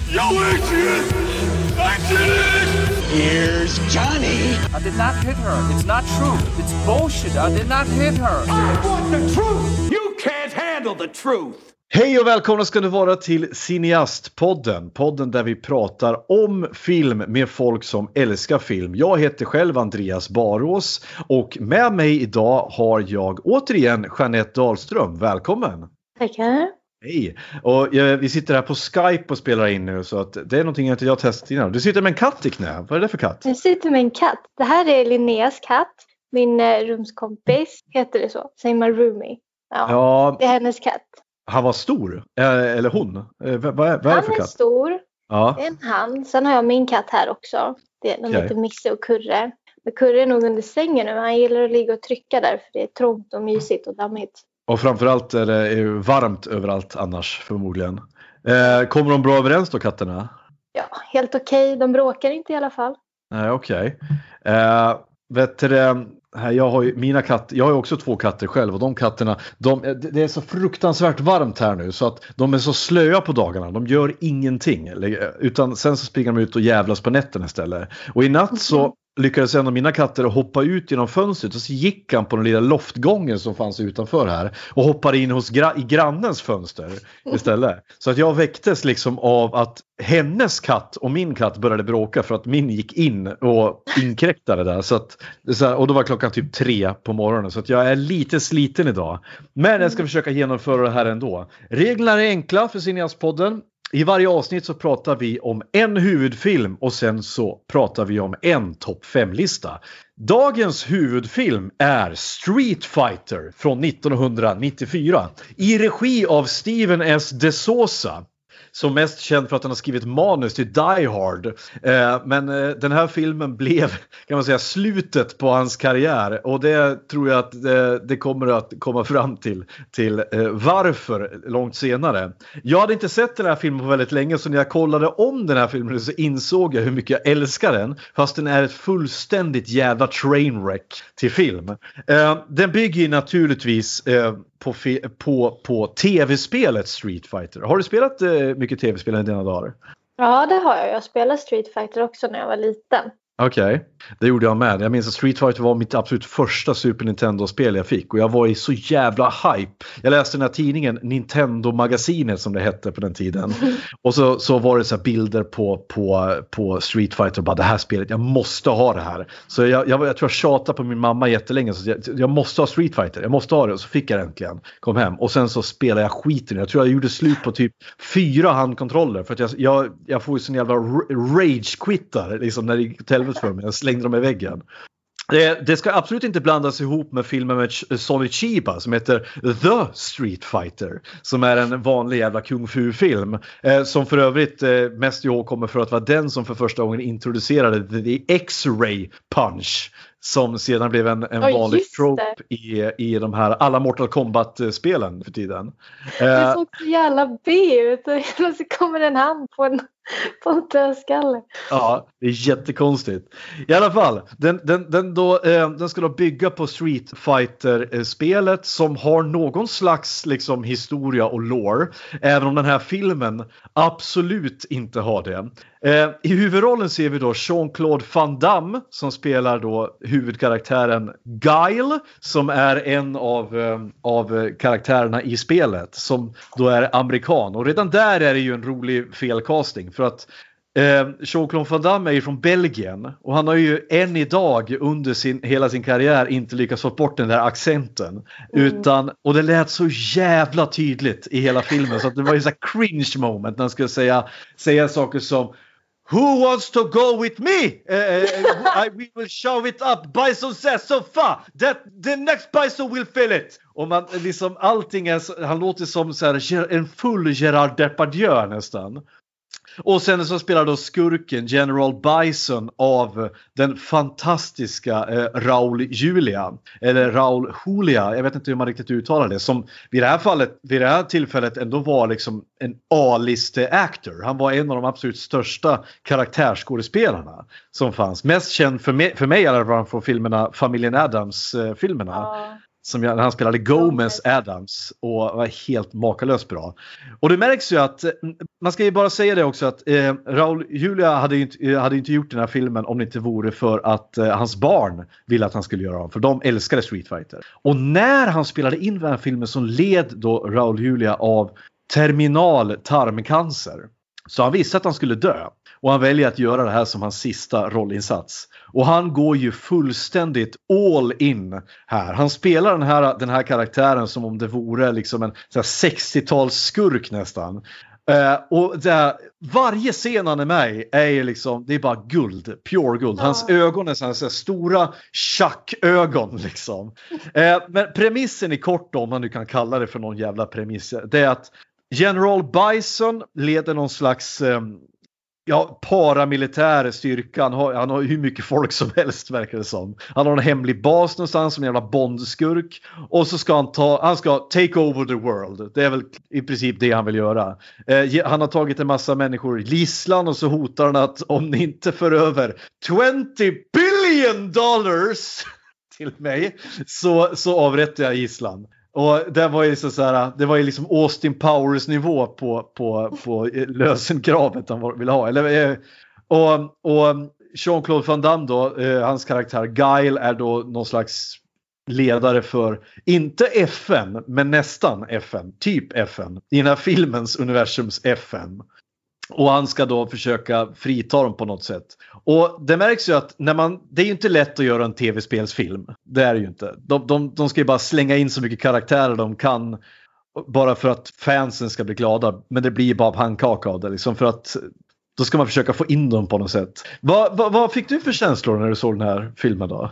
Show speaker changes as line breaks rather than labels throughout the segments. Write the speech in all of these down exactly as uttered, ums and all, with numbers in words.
Yo, Adrian! I did it!
Here's Johnny!
I did not hit her. It's not true. It's bullshit. I did not hit her.
I want the truth! You can't handle the truth!
Hej och välkomna ska du vara till Cineastpodden. Podden där vi pratar om film med folk som älskar film. Jag heter själv Andreas Barås och med mig idag har jag återigen Jeanette Dahlström. Välkommen!
Tackar!
Hej! Och eh, vi sitter här på Skype och spelar in nu så att det är någonting jag inte har testat innan. Du sitter med en katt i knä. Vad är det för katt?
Jag sitter med en katt. Det här är Linneas katt. Min eh, rumskompis. Heter det så? Säger man roomie? Ja,
ja.
Det är hennes katt.
Han var stor. Eh, eller hon. Eh, vad, vad är, vad är
han
det för katt?
Han är stor.
Ja.
Det är en han. Sen har jag min katt här också. Det är, de
Okay.
heter Misse och Kurre. Men Kurre är nog under sängen nu. Men han gillar att ligga och trycka där. För det är trångt och mysigt och dammigt.
Och framförallt är det är varmt överallt annars förmodligen. Eh, kommer de bra överens då, katterna?
Ja, helt okej. Okay. De bråkar inte i alla fall.
Nej, okej. Okay. Eh, vet du, här, jag har ju mina katter, jag har ju också två katter själv och de katterna, de, det är så fruktansvärt varmt här nu så att de är så slöa på dagarna. De gör ingenting. Utan sen så springer de ut och jävlas på nätten istället. Och i natt så lyckades en av mina katter hoppa ut genom fönstret och så gick han på den lilla loftgången som fanns utanför här och hoppade in hos gra- i grannens fönster istället. Så att jag väcktes liksom av att hennes katt och min katt började bråka för att min gick in och inkräktade där. Så att, så här, och då var klockan typ tre på morgonen så att jag är lite sliten idag. Men jag ska försöka genomföra det här ändå. Reglerna är enkla för Cineastpodden. I varje avsnitt så pratar vi om en huvudfilm och sen så pratar vi om en topp fem-lista. Dagens huvudfilm är Street Fighter från nittonhundranittiofyra i regi av Steven S. DeSouza. Som mest känd för att han har skrivit manus till Die Hard. Eh, men eh, den här filmen blev, kan man säga, slutet på hans karriär. Och det tror jag att det, det kommer att komma fram till, till eh, varför långt senare. Jag hade inte sett den här filmen på väldigt länge, så när jag kollade om den här filmen så insåg jag hur mycket jag älskar den. Fast den är ett fullständigt jävla trainwreck till film. Eh, den bygger naturligtvis eh, på, fi- på, på tv-spelet Street Fighter. Har du spelat eh, mycket tv-spel i dina dagar?
Ja, det har jag. Jag spelade Street Fighter också när jag var liten.
Okej, okay. Det gjorde jag med. Jag minns att Street Fighter var mitt absolut första Super Nintendo-spel jag fick. Och jag var i så jävla hype. Jag läste den här tidningen, Nintendo-magasinet som det hette på den tiden. Och så, så var det så här bilder på, på, på Street Fighter. Och bara, det här spelet, jag måste ha det här. Så jag, jag, jag tror jag tjatade på min mamma jättelänge. Så jag, jag måste ha Street Fighter, jag måste ha det. Och så fick jag det äntligen. Kom hem. Och sen så spelade jag skiten. Jag tror jag gjorde slut på typ fyra handkontroller. För att jag, jag, jag får ju sån jävla rage-quittar. Liksom när det gick till för mig. Jag slängde dem i väggen. Det, det ska absolut inte blandas ihop med filmen med Sonny Chiba som heter The Street Fighter. Som är en vanlig jävla kung fu-film. Eh, som för övrigt eh, mest ihåg kommer för att vara den som för första gången introducerade The X-Ray Punch. Som sedan blev en, en
oh,
vanlig trope i, i de här alla Mortal Kombat-spelen för tiden.
Det såg så jävla B ut. Och så kommer en hand på en, på en dödskalle.
Ja, det är jättekonstigt. I alla fall, den, den, den, då, eh, den ska då bygga på Street Fighter-spelet som har någon slags liksom, historia och lore. Även om den här filmen absolut inte har det. Eh, I huvudrollen ser vi då Jean-Claude Van Damme som spelar då huvudkaraktären Guile som är en av, eh, av karaktärerna i spelet som då är amerikan. Och redan där är det ju en rolig felcasting för att Eh, Jean-Claude Van Damme är ju från Belgien och han har ju än idag under sin, hela sin karriär inte lyckats få bort den där accenten. Mm. Utan, och det lät så jävla tydligt i hela filmen så att det var ju så här cringe moment när han skulle säga, säga saker som Who wants to go with me? Uh, I, we will shove it up. Bison says so far that the next bison will fill it. Och man liksom allting är, han låter som så här, en full Gerard Depardieu nästan. Och sen så spelar då skurken General Bison av den fantastiska eh, Raul Julia. Eller Raul Julia, jag vet inte hur man riktigt uttalar det. Som vid det här fallet, vid det här tillfället ändå var liksom en A-liste actor. Han var en av de absolut största karaktärsskådespelarna som fanns. Mest känd för mig, för mig i alla fall från filmerna, Familjen Addams-filmerna.
Ja.
som jag, han spelade Gomez Adams och var helt makalöst bra. Och det märks ju att man ska ju bara säga det också att eh, Raul Julia hade ju inte, hade inte gjort den här filmen om det inte vore för att eh, hans barn ville att han skulle göra den, för de älskade Street Fighter. Och när han spelade in den här filmen så led då Raul Julia av terminal tarmcancer. Så han visste att han skulle dö. Och han väljer att göra det här som hans sista rollinsats. Och han går ju fullständigt all in här. Han spelar den här, den här karaktären som om det vore liksom en så här sextio-tals skurk nästan. Uh, och där, varje scen han är med är ju liksom, det är bara guld, pure guld. Hans ja. ögon är så här, så här stora tjackögon liksom. Uh, men premissen i kort, om man nu kan kalla det för någon jävla premiss, det är att General Bison leder någon slags um, ja, paramilitär styrka. Han har, han har hur mycket folk som helst, verkar det som. Han har en hemlig bas någonstans som en jävla bondskurk. Och så ska han ta, han ska take over the world. Det är väl i princip det han vill göra. Eh, han har tagit en massa människor i gisslan och så hotar han att om ni inte för över twenty billion dollars till mig så, så avrättar jag gisslan. Och det var ju så, så här, det var ju liksom Austin Powers nivå på, på, på lösenkravet han ville ha. Eller, och, och Jean-Claude Van Damme då, eh, hans karaktär Guile är då någon slags ledare för, inte F N, men nästan F N, typ F N. I den här filmens universums F N. Och han ska då försöka frita dem på något sätt. Och det märks ju att när man, det är ju inte lätt att göra en tv-spelsfilm. Det är det ju inte. De, de, de ska ju bara slänga in så mycket karaktärer de kan. Bara för att fansen ska bli glada. Men det blir bara pannkaka av det. Liksom, för att då ska man försöka få in dem på något sätt. Vad, vad, vad fick du för känslor när du såg den här filmen då?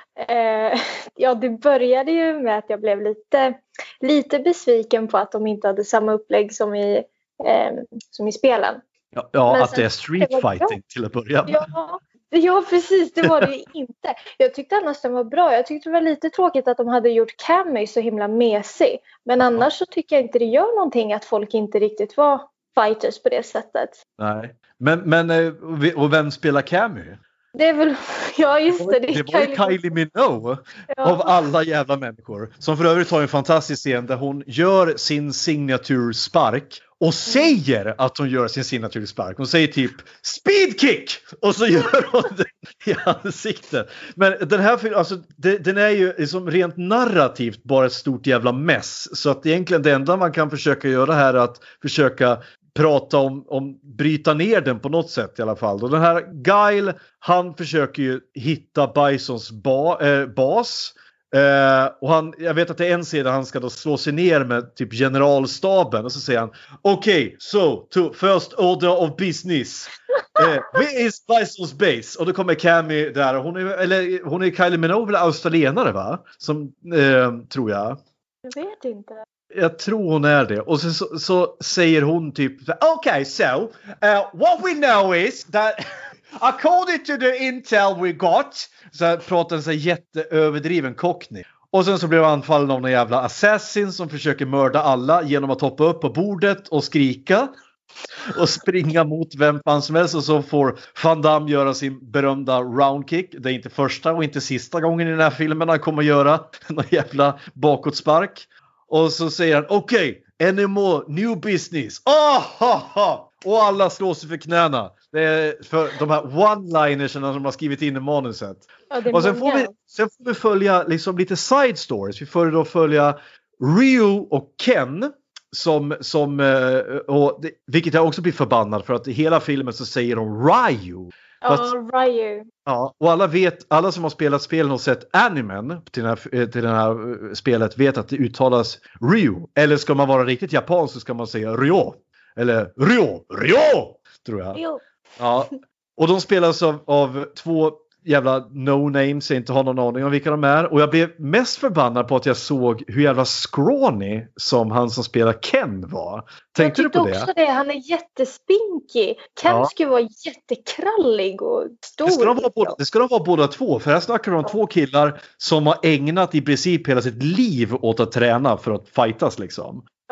Eh, ja, det började ju med att jag blev lite, lite besviken på att de inte hade samma upplägg som i Eh, som i spelen.
Ja, ja att sen, det är street fighting till att börja med.
Ja, ja, precis. Det var det ju inte. Jag tyckte annars den var bra. Jag tyckte det var lite tråkigt att de hade gjort Cammy så himla mesig. Men ja. Annars så tycker jag inte det gör någonting att folk inte riktigt var fighters på det sättet.
Nej. Men, men och vem spelar Cammy?
Det är väl, ja just det. Det,
det var ju Kylie, Kylie Minogue ja. Av alla jävla människor. Som för övrigt har en fantastisk scen där hon gör sin signaturspark. Och säger att hon gör sin signaturspark. Hon säger typ speedkick. Och så gör hon det i ansiktet. Men den här alltså, det, den är ju liksom rent narrativt bara ett stort jävla mess. Så att egentligen det enda man kan försöka göra här är att försöka prata om, om bryta ner den på något sätt i alla fall. Och den här Guile, han försöker ju hitta Bisons ba, äh, bas. Uh, och han, jag vet att det är en sida han ska då slå sig ner med typ generalstaben och så säger han okej, okay, so to first order of business uh, where is Bison's base? Och då kommer Cammy där och hon är, eller hon är Kylie Minogue eller australienare va? Som, uh, tror jag.
Jag vet inte.
Jag tror hon är det. Och så, så, så säger hon typ okej, okay, so uh, what we know is that according to the intel we got, så pratar en så jätteöverdriven cockney. Och sen så blev han anfallen av någon jävla assassin som försöker mörda alla genom att hoppa upp på bordet och skrika. Och springa mot vem fan som helst. Och så får Van Damme göra sin berömda roundkick. Det är inte första och inte sista gången i den här filmen han kommer göra någon jävla bakåtspark. Och så säger han okej, okay, any more new business. Ah, ha, ha. Och alla slår sig för knäna. Det är för de här one-linerserna som har skrivit in i manuset. Ja, och sen får, vi, sen får vi följa liksom lite side stories. Vi får då följa Ryu och Ken. Som, som, och det, vilket jag också blir förbannad för att i hela filmen så säger de Ryu.
Ja, oh, Ryu.
Ja, och alla vet, alla som har spelat spelen och sett animen till den här, till den här spelet vet att det uttalas Ryu. Eller ska man vara riktigt japansk så ska man säga Ryo. Eller Ryo, Ryo, tror jag.
Ryo.
Ja, och de spelas av, av två jävla no-names, jag inte har någon aning om vilka de är. Och jag blev mest förbannad på att jag såg hur jävla scrawny som han som spelar Ken var. Tänkte du på det? Jag tyckte
också det, han är jättespinkig. Ken ja. Skulle vara jättekrallig och stor.
Det ska, de vara båda, det ska de vara båda två, för här snackar de om ja. två killar som har ägnat i princip hela sitt liv åt att träna för att fightas liksom.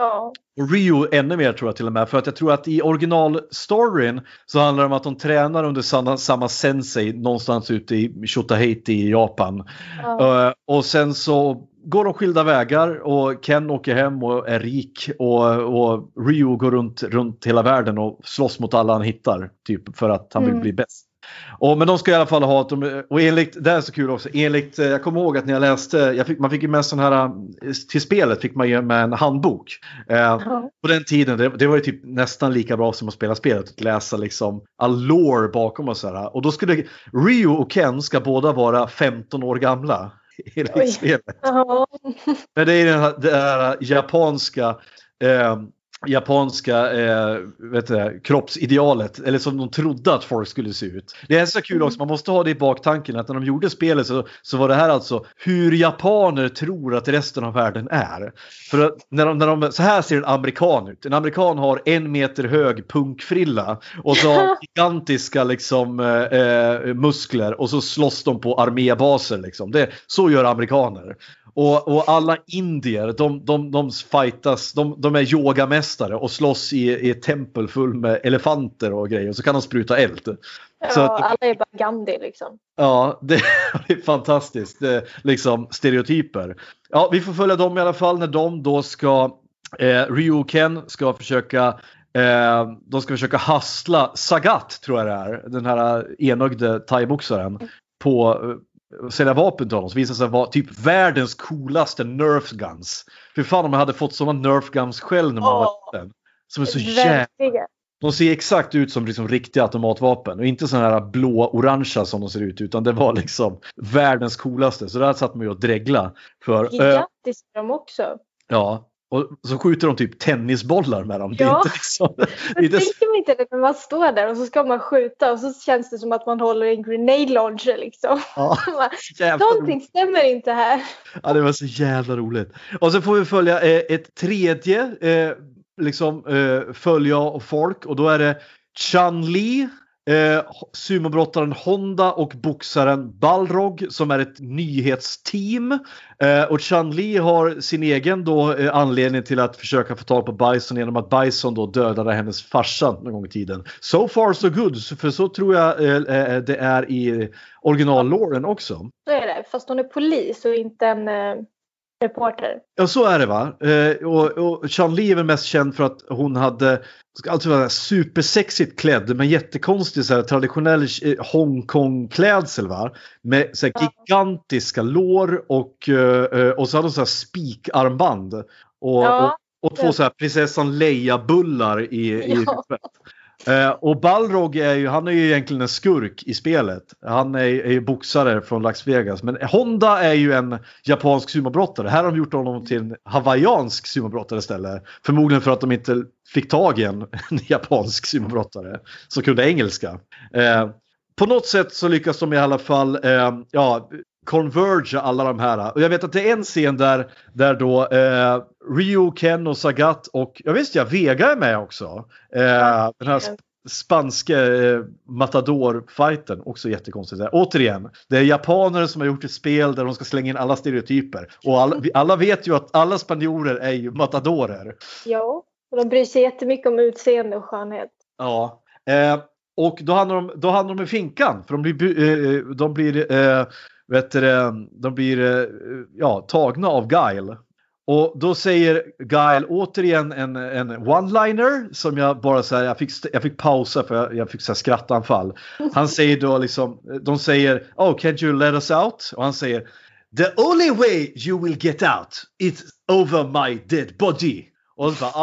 Ja.
Och Ryu ännu mer tror jag till och med. För att jag tror att i originalstoryn så handlar det om att de tränar under samma, samma sensei någonstans ute i Shotaheiti i Japan.
Ja.
Uh, och sen så går de skilda vägar och Ken åker hem och är rik. Och, och Ryu går runt, runt hela världen och slåss mot alla han hittar. Typ för att han vill
Mm.
bli bäst. Och, men de ska i alla fall ha, och enligt, det är så kul också, enligt, jag kommer ihåg att när jag läste, jag fick, man fick ju med sån här, till spelet fick man ju med en handbok. Eh,
Ja.
På den tiden, det, det var ju typ nästan lika bra som att spela spelet, att läsa liksom all lore bakom och sådär. Och då skulle Ryu och Ken ska båda vara femton år gamla i
Oj.
spelet.
Ja.
Men det är den här, det här japanska eh, japanska eh, vet du, kroppsidealet, eller som de trodde att folk skulle se ut. Det är så kul också, man måste ha det i baktanken att när de gjorde spelet så, så var det här alltså hur japaner tror att resten av världen är. För att när de, när de, så här ser en amerikan ut. En amerikan har en meter hög punkfrilla och så har gigantiska liksom, eh, muskler och så slåss de på armébaser. Liksom. Det, så gör amerikaner. Och, och alla indier, de, de, de fightas, de, de är yogamästare och slåss i, i ett tempel full med elefanter och grejer. Och så kan de spruta eld.
Ja,
Så att,
alla är bara Gandhi liksom.
ja, det, det är fantastiskt. Det är liksom stereotyper. Ja, vi får följa dem i alla fall när de då ska, eh, Ryu och Ken ska försöka eh, de ska försöka hustla Sagat, tror jag det är. Den här enögde thaiboxaren på sälja vapen till honom, så visade sig vara typ världens coolaste Nerf guns. För fan om jag hade fått sådana Nerf guns själv när man
Åh,
var liten. Som är så jävla...
Verkligen.
De ser exakt ut som liksom riktiga automatvapen. Och inte sådana här blå-orangea som de ser ut. Utan det var liksom världens coolaste. Så där satt man ju och dregla för.
Gigantiska de också.
Ja. Och så skjuter de typ tennisbollar med dem. Det är
Ja.
inte liksom... Det är
Men
inte...
tänker man inte det när man står där och så ska man skjuta och så känns det som att man håller en grenade launcher liksom.
Ja,
Man,
jävla
någonting stämmer inte här.
Ja, det var så jävla roligt. Och så får vi följa eh, ett tredje eh, liksom eh, följa och folk. Och då är det Chun-Li, eh, sumobrottaren Honda och boxaren Balrog som är ett nyhetsteam. Eh, och Chun-Li har sin egen då, eh, anledning till att försöka få tag på Bison genom att Bison då dödade hennes farsa någon gång i tiden. So far so good, för så tror jag eh, det är i originalloren också.
Så är det, fast hon är polis och inte en eh, reporter.
Ja, så är det va. Eh, och, och Chun-Li är väl mest känd för att hon hade alltså vara supersexigt klädd med jättekonstig så här, traditionell eh, Hongkong-klädsel va. Med så här, gigantiska lår och, eh, och så hade hon så här spikarmband. Och,
Ja.
och, och två så här prinsessan Leia-bullar i, i
Ja.
huvudet. Eh, och Balrog är ju, han är ju egentligen en skurk i spelet. Han är, är ju boxare från Las Vegas. Men Honda är ju en japansk sumobrottare. Här har de gjort honom till en hawaiiansk sumobrottare istället. Förmodligen för att de inte fick tag i en, en japansk sumobrottare som kunde engelska. Eh, på något sätt så lyckas de i alla fall eh, ja, converge alla de här. Och jag vet att det är en scen där, där då eh, Ryu, Ken och Sagat och jag visste ja, Vega är med också. Eh,
Ja.
den här sp- spanska eh, Matador-fighten, också jättekonstigt. Där. Återigen, det är japaner som har gjort ett spel där de ska slänga in alla stereotyper. Och alla, vi, alla vet ju att alla spanjorer är ju matadorer.
Ja, och de bryr sig jättemycket om utseende och skönhet.
Ja. Eh, och då handlar de, då handlar de med finkan. För de blir, eh, de blir, eh, vet du, de blir eh, ja, tagna av Guile. Och då säger Guile återigen en, en one-liner som jag bara så här, jag fick, jag fick pausa för jag, jag fick så här skrattanfall. Han säger då liksom, de säger, oh can't you let us out? Och han säger, the only way you will get out is over my dead body. Och så bara,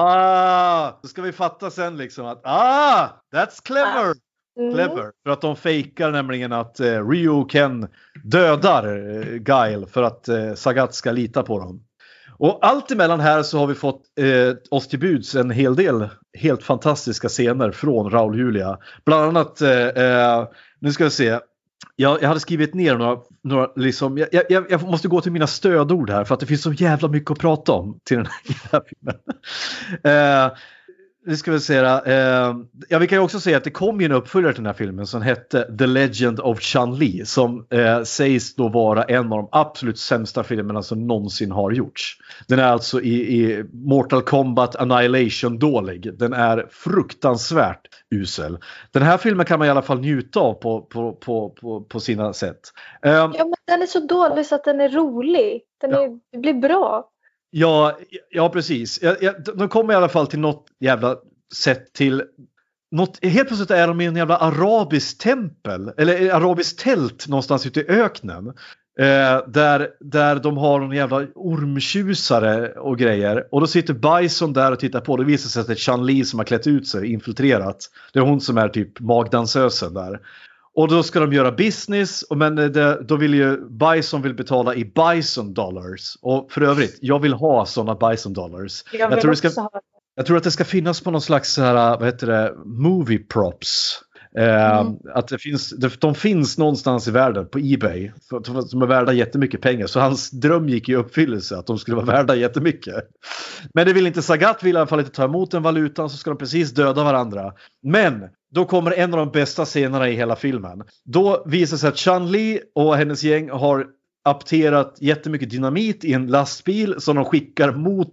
ah, då ska vi fatta sen liksom att, ah, that's clever.
Mm.
Clever. För att de fejkar nämligen att eh, Ryu och Ken dödar eh, Guile för att eh, Sagat ska lita på dem. Och allt emellan här så har vi fått eh, oss till buds en hel del helt fantastiska scener från Raul Julia. Bland annat, eh, eh, nu ska vi se, jag, jag hade skrivit ner några, några liksom, jag, jag, jag måste gå till mina stödord här för att det finns så jävla mycket att prata om till den här filmen. eh, det ska vi säga. Eh, ja, vi kan ju också säga att det kom ju en uppföljare till den här filmen som hette The Legend of Chun-Li. Som eh, sägs då vara en av de absolut sämsta filmerna som någonsin har gjorts. Den är alltså i, i Mortal Kombat Annihilation dålig. Den är fruktansvärt usel. Den här filmen kan man i alla fall njuta av på, på, på, på, på sina sätt. Eh,
ja, men den är så dålig så att den är rolig. Den är, ja. Det blir bra.
Ja, ja precis. Jag, jag, de kommer i alla fall till något jävla sätt till något, helt plötsligt är de i en jävla arabisk tempel eller arabisk tält någonstans ute i öknen eh, där, där de har en jävla ormtjusare och grejer och då sitter Bison där och tittar på. Det visar sig att det är Chun-Li som har klätt ut sig, infiltrerat. Det är hon som är typ magdansösen där. Och då ska de göra business, men det, då vill ju Bison vill betala i Bison dollars. Och för övrigt, jag vill ha sådana Bison dollars.
Jag,
jag, tror, det ska, jag tror att det ska finnas på någon slags så här, vad heter det, movie props. Eh, mm. Att det finns, de finns någonstans i världen på eBay som är värda jättemycket pengar. Så hans dröm gick i uppfyllelse att de skulle vara värda jättemycket. Men det vill inte Sagat, vill i alla fall inte ta emot den valutan, så ska de precis döda varandra. Men då kommer en av de bästa scenerna i hela filmen. Då visar sig att Chun-Li och hennes gäng har apterat jättemycket dynamit i en lastbil som de skickar mot,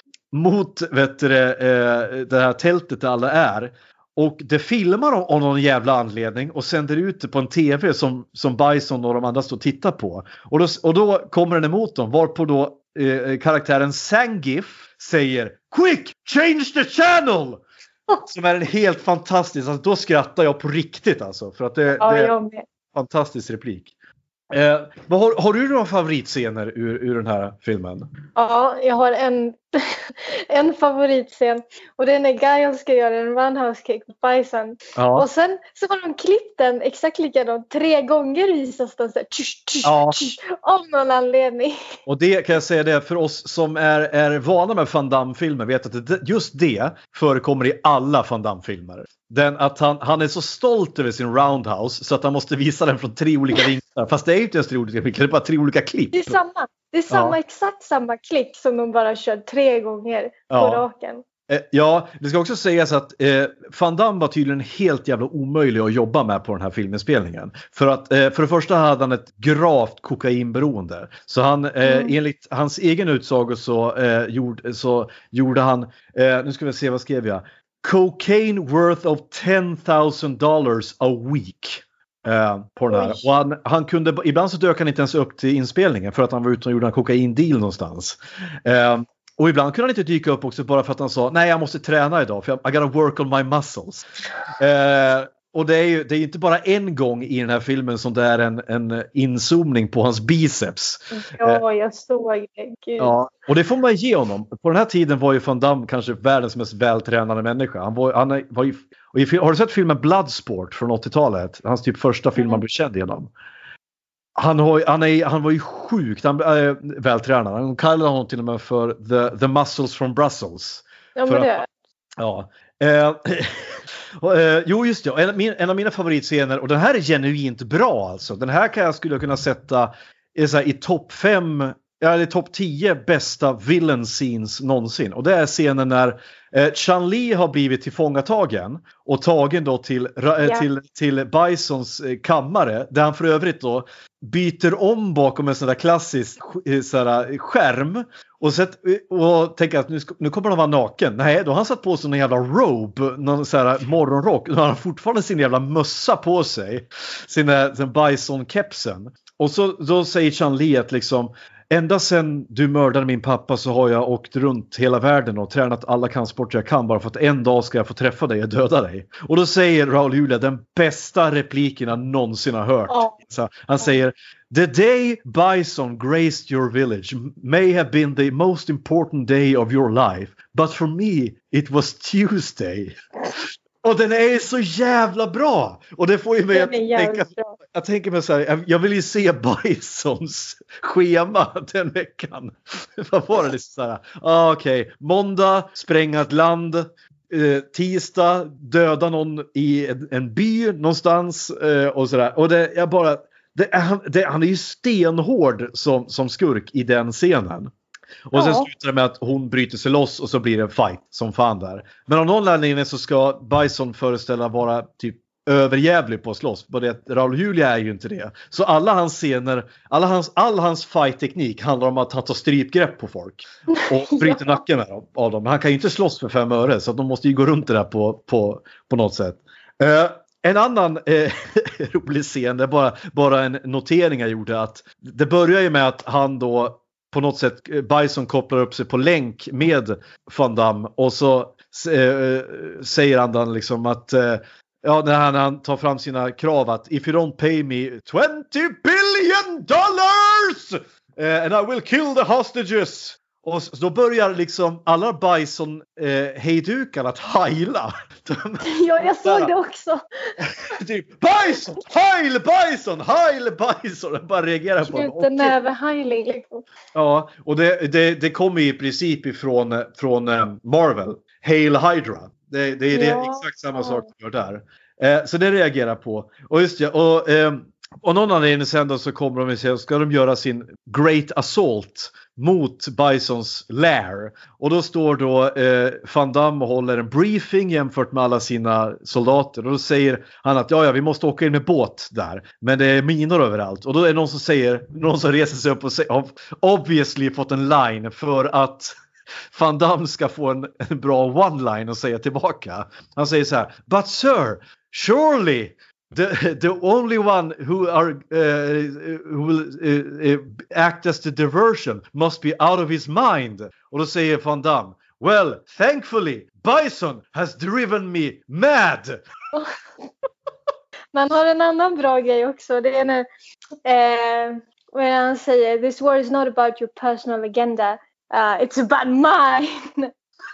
mot vet du, eh, det här tältet där alla är. Och det filmar de av någon jävla anledning och sänder ut det på en tv som, som Bison och de andra står och tittar på. Och då, och då kommer den emot dem, varpå då eh, karaktären Zangief säger "Quick! Change the channel!" Som är en helt fantastisk, alltså, då skrattar jag på riktigt alltså. För att det,
ja,
det är
en
fantastisk replik. Eh, vad har, har du några favoritscener ur, ur den här filmen?
Ja, jag har en, en favoritscen. Och det är när Guile ska göra en roundhouse kick på Bison. Ja. Och sen så har de klippt den exakt likadant. Tre gånger visas den så här, tsch, tsch, ja. tsch, av någon anledning.
Och det kan jag säga det för oss som är, är vana med Van Damme-filmer vet att det, just det förekommer i alla Van Damme-filmer. Den att han, han är så stolt över sin roundhouse så att han måste visa den från tre olika vinklar. Fast det är ju inte ens tre olika vinklar, det är bara tre olika klipp.
Det är samma, det är samma ja. exakt samma klipp som de bara kör tre gånger på ja. raken.
Eh, ja, det ska också sägas att eh, Van Damme var tydligen helt jävla omöjlig att jobba med på den här filminspelningen. För att eh, för det första hade han ett gravt kokainberoende. Så han, eh, mm. enligt hans egen utsago så, eh, gjorde, så gjorde han, eh, nu ska vi se vad skrev jag. Cocaine worth of ten thousand dollars a week. Uh, på den här. Och han, han kunde, ibland så dök han inte ens upp till inspelningen för att han var ute och gjorde en kokaindeal någonstans. Uh, och ibland kunde han inte dyka upp också bara för att han sa nej, jag måste träna idag för jag, I gotta work on my muscles. Uh, och det är ju det är inte bara en gång i den här filmen som det är en, en inzoomning på hans biceps.
Ja, jag såg det. Gud.
Ja, och det får man ge honom. På den här tiden var ju Van Damme kanske världens mest vältränade människa. Han var, han var ju, och i, har du sett filmen Bloodsport från åttiotalet? Hans typ första film man blev känd genom. Han, har, han, är, han var ju sjukt han, äh, vältränad. Han kallade honom till och med för the, the muscles from Brussels.
Ja, men det.
Att, ja. Eh, och, eh, jo just det, en, min, en av mina favoritscener, och den här är genuint bra alltså. Den här kan jag skulle kunna sätta i, så här, i topp fem, ja, i topp tio bästa villain scenes någonsin. Och det är scenen när eh, Chun-Li har blivit tillfångatagen och tagen då till, ja. eh, till, till Bisons eh, kammare, där han för övrigt då byter om bakom en sån där klassisk eh, sån där skärm och, sett, och tänker att nu, ska, nu kommer de vara naken. Nej, då har han satt på sig någon jävla robe, någon sån här morgonrock. Då har han fortfarande sin jävla mössa på sig, sin, sin Bison-kepsen. Och så då säger Chun-Li att liksom ända sedan du mördade min pappa så har jag åkt runt hela världen och tränat alla kampsporter jag kan bara för att en dag ska jag få träffa dig och döda dig. Och då säger Raul Julia den bästa repliken jag någonsin har hört. Oh. Så han säger "The day Bison graced your village may have been the most important day of your life. But for me it was Tuesday." Och den är så jävla bra. Och det får ju mig att tänka, jag tänker mig så här, jag vill ju se Bisons schema den veckan. Vad var det så här? Ah, okej, okay. Måndag spränga ett land, eh, tisdag döda någon i en, en by någonstans eh, och så där. Och det jag bara det är, det, han är ju stenhård som som skurk i den scenen. Och sen
Ja.
slutar det med att hon bryter sig loss och så blir det en fight som fan där. Men av någon anledning så ska Bison föreställa vara typ överjävlig på att slåss. Både att Raul Julia är ju inte det. Så alla hans scener, alla hans, all hans fight-teknik handlar om att han tar strypgrepp på folk. Och bryter
Ja.
nacken med dem, av dem. Men han kan ju inte slåss för fem öre. Så att de måste ju gå runt det där på, på, på något sätt. Uh, en annan eh, rolig scen, det är bara, bara en notering jag gjorde. Att det börjar ju med att han då på något sätt, Bison kopplar upp sig på länk med Van Damme. Och så eh, säger han då liksom att eh, ja, när han, han tar fram sina krav att if you don't pay me twenty billion dollars uh, and I will kill the hostages. Och så, då börjar liksom alla Bison eh, hejdukar att heila.
Ja, jag såg det också.
Typ, Bison! Heil Bison! Heil Bison! Jag bara reagerar på det.
Knuten näve heiling liksom.
Ja, och det, det, det kommer i princip ifrån från eh, Marvel. Hail Hydra. Det, det är
Ja.
det, exakt samma sak som gör där. Eh, så det reagerar på. Och just ja, och, eh, och någon anledning sen då så kommer de och säger, ska de göra sin Great Assault mot Bisons lair. Och då står då eh, Van Damme och håller en briefing jämfört med alla sina soldater. Och då säger han att ja, ja, vi måste åka in med båt där. Men det är minor överallt. Och då är det någon som säger, någon som reser sig upp och säger, obviously fått en line för att Van Damme ska få en, en bra one-line och säga tillbaka. Han säger så här: But sir, surely the, the only one who are uh, who will uh, uh, act as the diversion must be out of his mind. Och då säger Van Damme, well, thankfully, Bison has driven me mad.
Man har en annan bra grej också. Det är när, eh, när han säger this war is not about your personal agenda. Uh, it's about mine.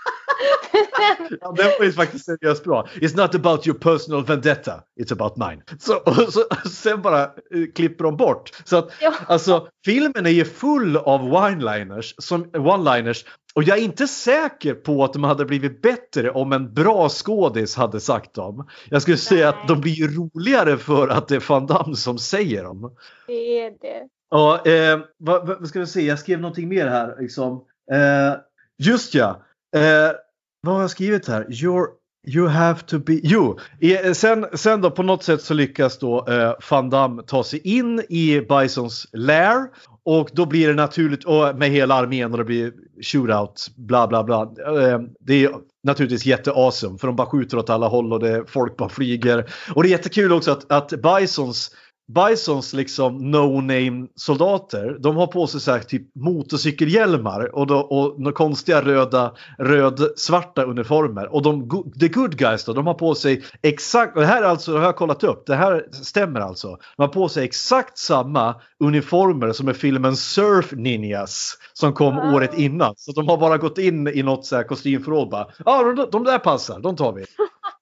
Ja, det var ju faktiskt seriöst bra. It's not about your personal vendetta. It's about mine. Så, och så sen bara uh, klipper de bort. Så att,
Ja.
alltså, filmen är ju full av one-liners, som, one-liners. Och jag är inte säker på att de hade blivit bättre om en bra skådis hade sagt dem. Jag skulle säga
Nej.
att de blir ju roligare för att det är Van Damme som säger dem.
Det är det.
Ja, eh, vad, vad ska vi se? Jag skrev någonting mer här. Liksom. Eh, just ja. Eh, vad har jag skrivit här? You're, you have to be... Jo, eh, sen, sen då på något sätt så lyckas då eh, Van Damme ta sig in i Bisons lair. Och då blir det naturligt, och med hela armén, och det blir shootout, bla bla bla. Eh, det är naturligtvis jätteawesome, för de bara skjuter åt alla håll och det, folk bara flyger. Och det är jättekul också att, att Bisons... Bisons liksom no-name soldater, de har på sig så här typ motorcykelhjälmar och, då, och några konstiga röda röd-svarta uniformer, och de the good guys då, de har på sig exakt, och det här är alltså, det har jag kollat upp, det här stämmer alltså, de har på sig exakt samma uniformer som är filmen Surf Ninjas som kom
Wow.
året innan, så de har bara gått in i något så här kostymförråd, bara, ja ah, de, de där passar, de tar vi.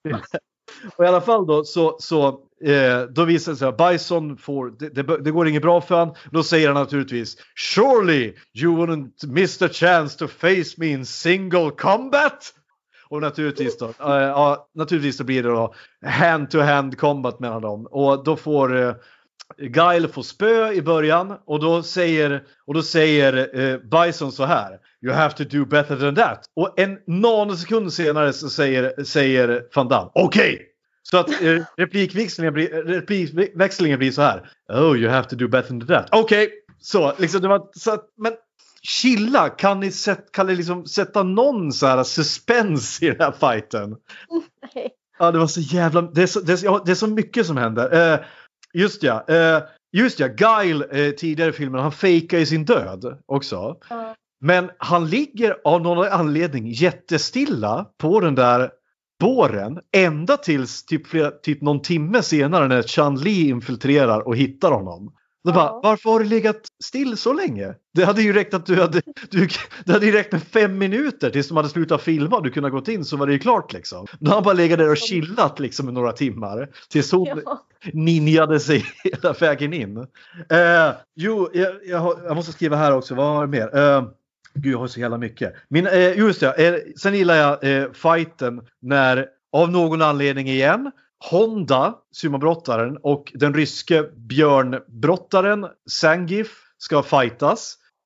Och i alla fall då så, så eh, då visar det sig att Bison får, det, det, det går inget bra för han. Då säger han naturligtvis, surely you wouldn't miss the chance to face me in single combat. Och naturligtvis då, eh, ja, naturligtvis så blir det då hand to hand combat mellan dem. Och då får eh, Guile får spö i början, och då säger, och då säger eh, Bison så här: you have to do better than that. Och en nanosekund senare så säger, säger Van Damme, okej. Okay. Så att eh, replikväxlingen, blir, replikväxlingen blir så här: oh, you have to do better than that. Okej, okay. Så liksom det var så att, men chilla, kan ni, sätt, kan ni liksom sätta någon så här suspens i den här fighten?
Nej.
Ja, det var så jävla, det är så, det är, ja, det är så mycket som händer. Eh, Just ja, eh, just ja, Guile eh, tidigare i filmen, han fejkar i sin död också.
Ja.
Men han ligger av någon anledning jättestilla på den där båren ända tills typ, flera, typ någon timme senare när Chun-Li infiltrerar och hittar honom. Då bara,
Ja.
varför har du legat still så länge? Det hade ju räckt att du hade, du, det hade ju räckt med fem minuter tills de hade slutat filma och du kunde ha gått in, så var det ju klart liksom. Då har han bara legat där och chillat liksom i några timmar tills hon
Ja.
ninjade sig hela vägen in. Uh, jo, jag, jag, har, jag måste skriva här också, vad har jag mer? Uh, gud, jag har så jävla mycket. Min, uh, just det, uh, sen gillar jag uh, fighten när, av någon anledning igen, Honda, sumobrottaren, och den ryske björnbrottaren Zangief ska fightas.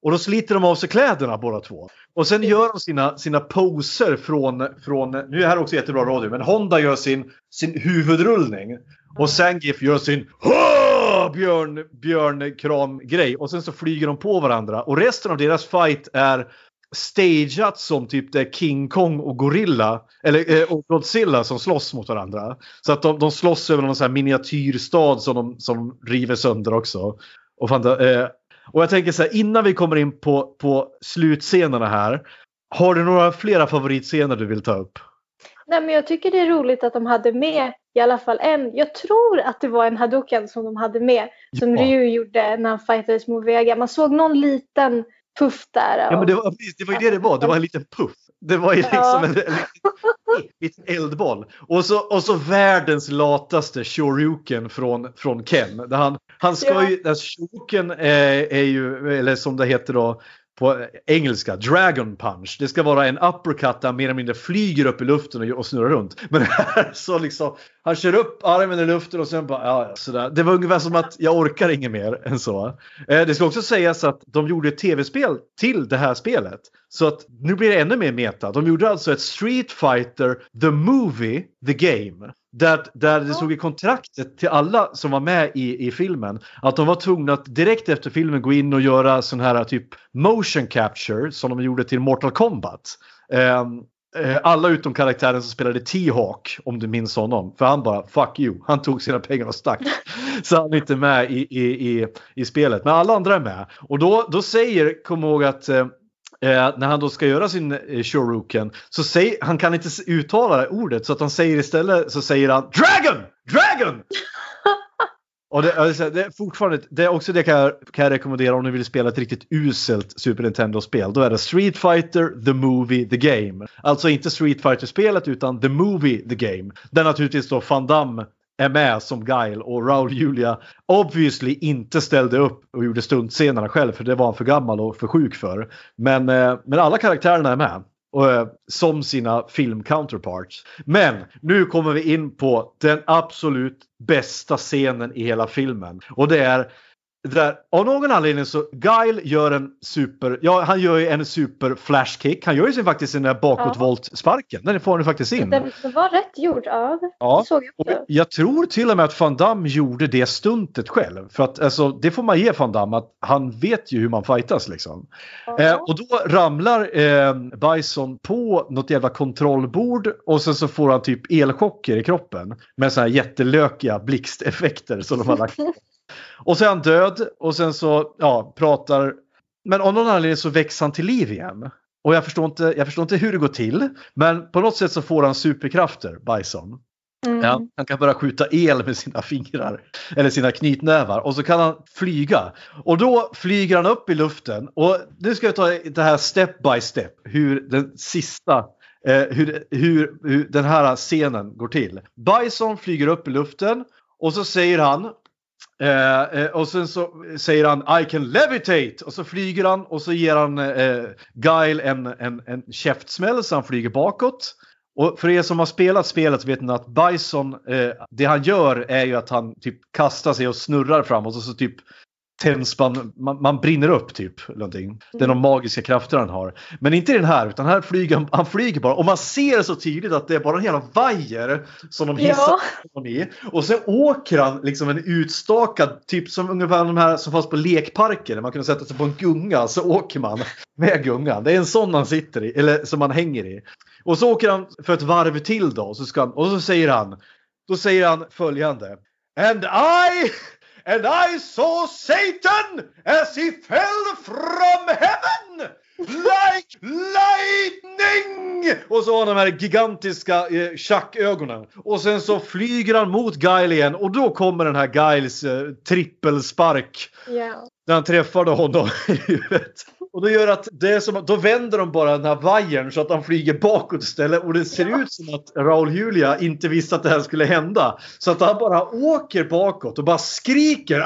Och då sliter de av sig kläderna båda två. Och sen gör de sina, sina poser från, från, nu är det här också jättebra radio, men Honda gör sin, sin huvudrullning. Och Zangief gör sin björn, björnkram-grej. Och sen så flyger de på varandra. Och resten av deras fight är stageat som typ det är King Kong och Gorilla eller eh, och Godzilla som slåss mot varandra. Så att de, de slåss över någon sån här miniatyrstad som de som river sönder också. Och, fan, eh, och jag tänker så här, innan vi kommer in på, på slutscenerna här, har du några flera favoritscener du vill ta upp?
Nej, men jag tycker det är roligt att de hade med i alla fall en. Jag tror att det var en Hadouken som de hade med. Som ja. Ryu gjorde när han fightades mot Vega. Man såg någon liten puff där.
Ja, men det var, det var ju det det var. Det var en liten puff. Det var ju liksom ja. en, en, en liten eldboll. Och så, och så världens lataste Shoryuken från, från Ken. Där han, han ska ja. ju, alltså Shoryuken är, är ju, eller som det heter då på engelska, Dragon Punch. Det ska vara en uppercut där mer eller mindre flyger upp i luften och, och snurrar runt. Men här så liksom, han kör upp armen i luften och sen bara, ja, sådär. Det var ungefär som att jag orkar inget mer än så. Eh, det ska också sägas att de gjorde ett tv-spel till det här spelet. Så att nu blir det ännu mer meta. De gjorde alltså ett Street Fighter The Movie, The Game. Där, där det stod i kontraktet till alla som var med i, i filmen att de var tvungna att direkt efter filmen gå in och göra sån här typ motion capture som de gjorde till Mortal Kombat. Um, alla utom karaktären som spelade T-Hawk, om du minns honom. För han bara, fuck you. Han tog sina pengar och stack. Så han är inte med i, i, i, i spelet. Men alla andra är med. Och då, då säger, kom ihåg att Eh, när han då ska göra sin eh, Shoryuken så säger han kan inte uttala det ordet så att han säger istället så säger han Dragon! Dragon! Och det, alltså, det är fortfarande det är också det kan jag, kan jag rekommendera om ni vill spela ett riktigt uselt Super Nintendo-spel. Då är det Street Fighter The Movie The Game. Alltså inte Street Fighter-spelet utan The Movie The Game. Där naturligtvis då Van Damme är med som Guile och Raul Julia obviously inte ställde upp och gjorde stuntscenerna själv för det var han för gammal och för sjuk för. Men, eh, men alla karaktärerna är med och, eh, som sina film-counterparts. Men nu kommer vi in på den absolut bästa scenen i hela filmen. Och det är där, av någon anledning så Guile gör en super, ja han gör ju en super flashkick. Han gör ju sin faktiskt den där bakåtvoltsparken. Den får han faktiskt in.
Den var rätt gjord, ja.
Ja.
Såg jag,
jag, jag tror till och med att Van Damme gjorde det stuntet själv. För att alltså, det får man ge Van Damme att han vet ju hur man fightas liksom. Ja. Eh, och då ramlar eh, Bison på något jävla kontrollbord och sen så får han typ elchocker i kroppen med såna här jättelökiga blixteffekter som de har lagt. Och sen är han död och sen så ja, pratar, men av någon anledning så växer han till liv igen. Och jag förstår inte, jag förstår inte hur det går till, men på något sätt så får han superkrafter, Bison. Mm. Ja, han kan bara skjuta el med sina fingrar eller sina knytnävar och så kan han flyga. Och då flyger han upp i luften och nu ska jag ta det här step by step hur den sista eh, hur, hur, hur den här scenen går till. Bison flyger upp i luften och så säger han Eh, eh, och sen så säger han I can levitate och så flyger han och så ger han eh, Guile en, en, en käftsmäll så han flyger bakåt. Och för er som har spelat spelet så vet ni att Bison eh, det han gör är ju att han typ kastar sig och snurrar framåt och så typ tänds man, man, man brinner upp typ någonting. Det är de magiska krafter han har. Men inte den här utan här flyger han, han flyger bara och man ser så tydligt att det är bara en hela vajer som de hissar ja. i. Och sen åker han liksom en utstakad typ som ungefär de här som fanns på lekparker där man kunde sätta sig på en gunga så åker man med gungan. Det är en sån han sitter i eller som man hänger i. Och så åker han för ett varv till då så ska han, och så säger han då säger han följande And I And I saw Satan as he fell from heaven like lightning. Och så har han de här gigantiska eh, tjackögonen. Och sen så flyger han mot Guile igen. Och då kommer den här Guiles eh, trippelspark.
Yeah.
När han träffade honom i huvudet. Och då gör att det är som att då vänder de bara den här vajern så att han flyger bakåt istället. Och det ser ja. ut som att Raul Julia inte visste att det här skulle hända. Så att han bara åker bakåt och bara skriker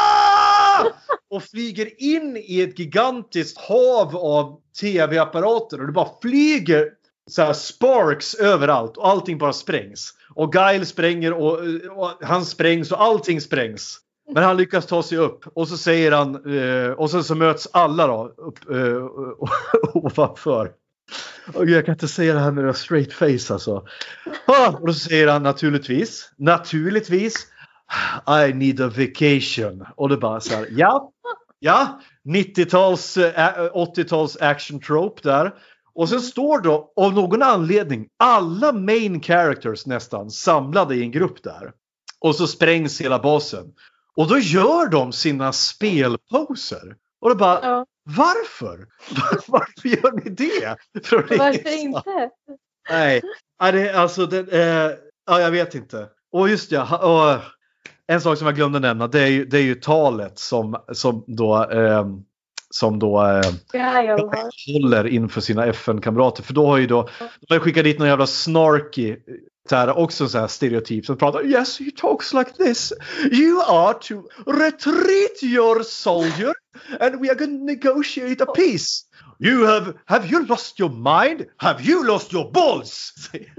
ah! Och flyger in i ett gigantiskt hav av tv-apparater. Och det bara flyger så här sparks överallt. Och allting bara sprängs. Och Guile spränger och, och han sprängs och allting sprängs. Men han lyckas ta sig upp. Och så säger han... Eh, och sen så möts alla då. Upp, eh, ovanför. Och jag kan inte säga det här med straight face alltså. Ah, och då säger han naturligtvis. Naturligtvis. I need a vacation. Och det bara så här. Ja. Ja. nittio-tals, åttio-tals action trope där. Och sen står då av någon anledning alla main characters nästan samlade i en grupp där. Och så sprängs hela basen. Och då gör de sina spelposer. Och det bara, ja. varför? Varför gör ni det?
Varför inte?
Nej, det, alltså det, eh, ja, jag vet inte. Och just ja, och en sak som jag glömde nämna, det är ju, det är ju talet som, som då... Eh, som då eh,
ja,
håller inför sina F N-kamrater. För då har ju då de har skickat dit någon jävla snarky där också så här stereotyp som pratar yes, he talks like this. You are to retreat your soldier and we are going to negotiate a peace. You have, have you lost your mind? Have you lost your balls?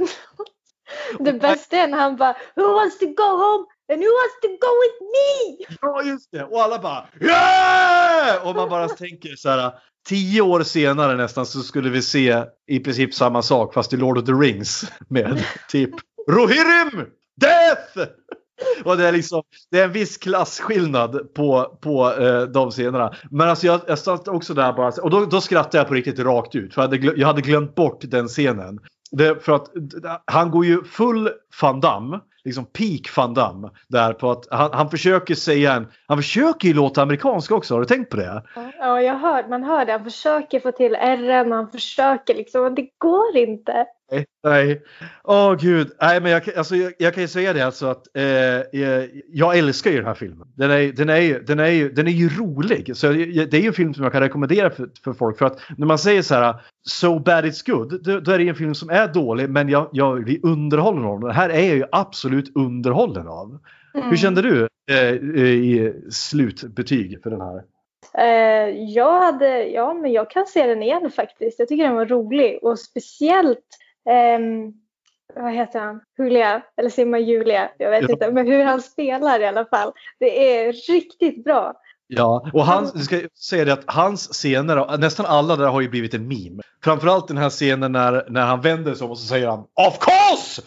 Det bästa är när han bara who wants to go home? And who wants to go with me?
Ja, just det. Och alla bara yeah! Och man bara tänker så här, tio år senare nästan så skulle vi se i princip samma sak fast i Lord of the Rings med typ Rohirrim! Death! Och det är liksom, det är en viss klassskillnad på, på eh, de scenerna. Men alltså jag, jag satt också där bara, och då, då skrattade jag på riktigt rakt ut. För jag hade, glöm, jag hade glömt bort den scenen. Det, för att han går ju full Van Damme, liksom peak Van Damme där på att han, han försöker säga en, han försöker ju låta amerikansk också, har du tänkt på det?
Ja, jag hör, man hör det, han försöker få till R:en, han försöker liksom, men det går inte.
Nej, nej. Åh gud, nej men jag, alltså, jag, jag kan ju säga det alltså att eh, jag, jag älskar ju den här filmen. Den är, den är, ju, den är, ju, den är ju rolig, så jag, det är ju en film som jag kan rekommendera för, för folk, för att när man säger så här so bad it's good, då, då är det en film som är dålig men jag, jag blir underhållen av den. Det här är jag ju absolut underhållen av. Mm. Hur kände du eh, i slutbetyg för den här?
Uh, jag hade, ja men jag kan se den igen faktiskt. Jag tycker den var rolig och speciellt um, vad heter han? Julia, eller Simma Julia, jag vet ja. inte, men hur han spelar i alla fall. Det är riktigt bra.
Ja, och han, jag ska säga det att hans scener, nästan alla där har ju blivit en meme. Framförallt den här scenen när, när han vänder sig om och så säger han Of course!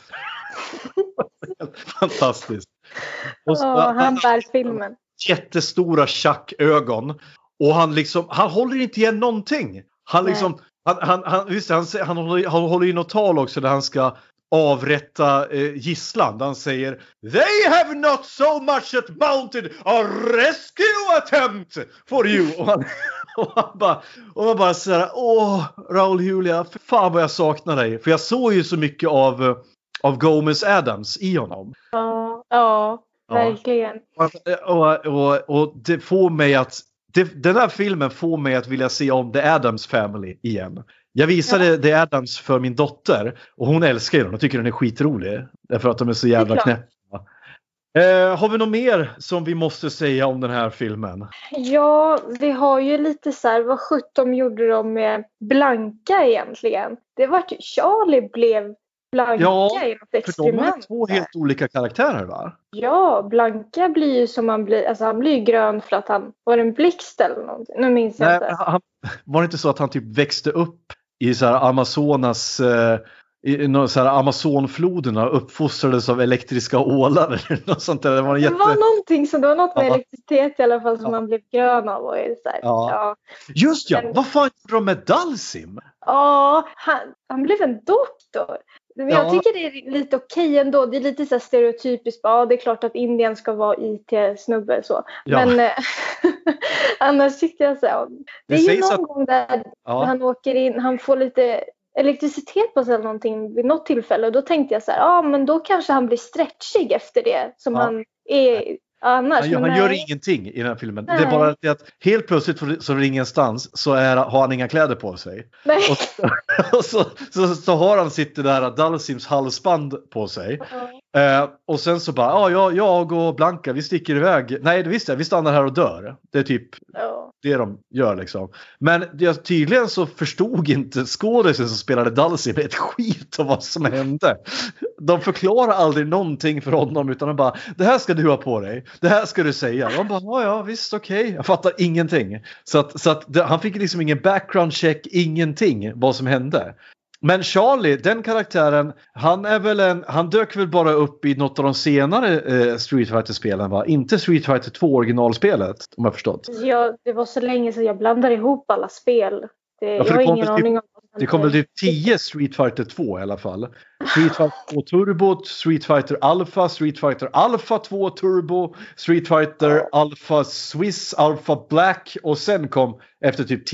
Fantastiskt. Och så,
oh, han, han bär filmen.
Jättestora tjackögon. Och han liksom, han håller inte igen någonting. Han liksom, han, han, han, visst, han, han, håller, han håller ju något tal också där han ska avrätta eh, gisslan. Han säger They have not so much at mounted a rescue attempt for you. Och han, och han bara, och man bara säger åh, Raul Julia, för fan vad jag saknar dig. För jag såg ju så mycket av, av Gomez Addams i honom.
Ja, ja. Verkligen.
Och, och, och det får mig att det, den här filmen får mig att vilja se om The Addams Family igen. Jag visade ja. The Addams för min dotter och hon älskar den och tycker den är skitrolig. Därför att de är så jävla knäppa. Eh, har vi något mer som vi måste säga om den här filmen?
Ja, vi har ju lite så här, vad sjutton gjorde de med Blanka egentligen? Det var ju Charlie blev Blanka
ja,
i något experiment.
För de är två helt olika karaktärer, va?
Ja, Blanka blir ju som han blir, alltså han blir ju grön för att han var en blixt eller någonting. Nu minns jag
Nej,
inte.
Han, var det inte så att han typ växte upp i så här Amazonas, eh, i någon så här Amazonfloderna, uppfostrades av elektriska ålar eller något sånt där. Det var, en jätte...
det var någonting som, det var något med
ja.
elektricitet i alla fall som
ja.
han blev grön av. Och så här,
ja.
ja.
Just ja,
Men...
vad fan gjorde de med Dalsim?
Ja, han, han blev en doktor. Men jag ja. tycker det är lite okej ändå. Det är lite så här stereotypiskt. Ja, det är klart att Indien ska vara I T-snubbe så. Ja. Men annars tyckte jag så. Det, det är ju någon att... gång där ja. han åker in, han får lite elektricitet på sig eller någonting vid något tillfälle. Och då tänkte jag så här, ja men då kanske han blir stretchig efter det som ja. han är annars.
Han, han gör ingenting i den här filmen. Nej. Det är bara det att helt plötsligt så ringer ingenstans så är, har han inga kläder på sig.
Nej.
Och, och så, så, så har han sitt där Dalsims halsband på sig. Uh-huh. Uh, och sen så bara, ja, jag, jag och Blanka, vi sticker iväg. Nej, det visste jag, vi stannar här och dör. Det är typ,
oh.
det de gör liksom. Men det, tydligen så förstod inte skådespelaren som spelade Dulcie med ett skit av vad som hände. De förklarar aldrig någonting för honom utan de bara, det här ska du ha på dig. Det här ska du säga. De bara, ja ja visst okej. Okay. Jag fattar ingenting. Så att, så att det, han fick liksom ingen background check, ingenting vad som hände. Men Charlie, den karaktären, han är väl en, han dök väl bara upp i något av de senare eh, Street Fighter-spelen, va? Inte Street Fighter två originalspelet, om jag förstått.
Ja, det var så länge sedan jag blandade ihop alla spel. Det,
ja,
jag har ingen aning om.
Det kom väl typ tio Street Fighter två i alla fall. Street Fighter två Turbo, Street Fighter Alpha, Street Fighter Alpha två Turbo, Street Fighter Alpha Swiss, Alpha Black och sen kom efter typ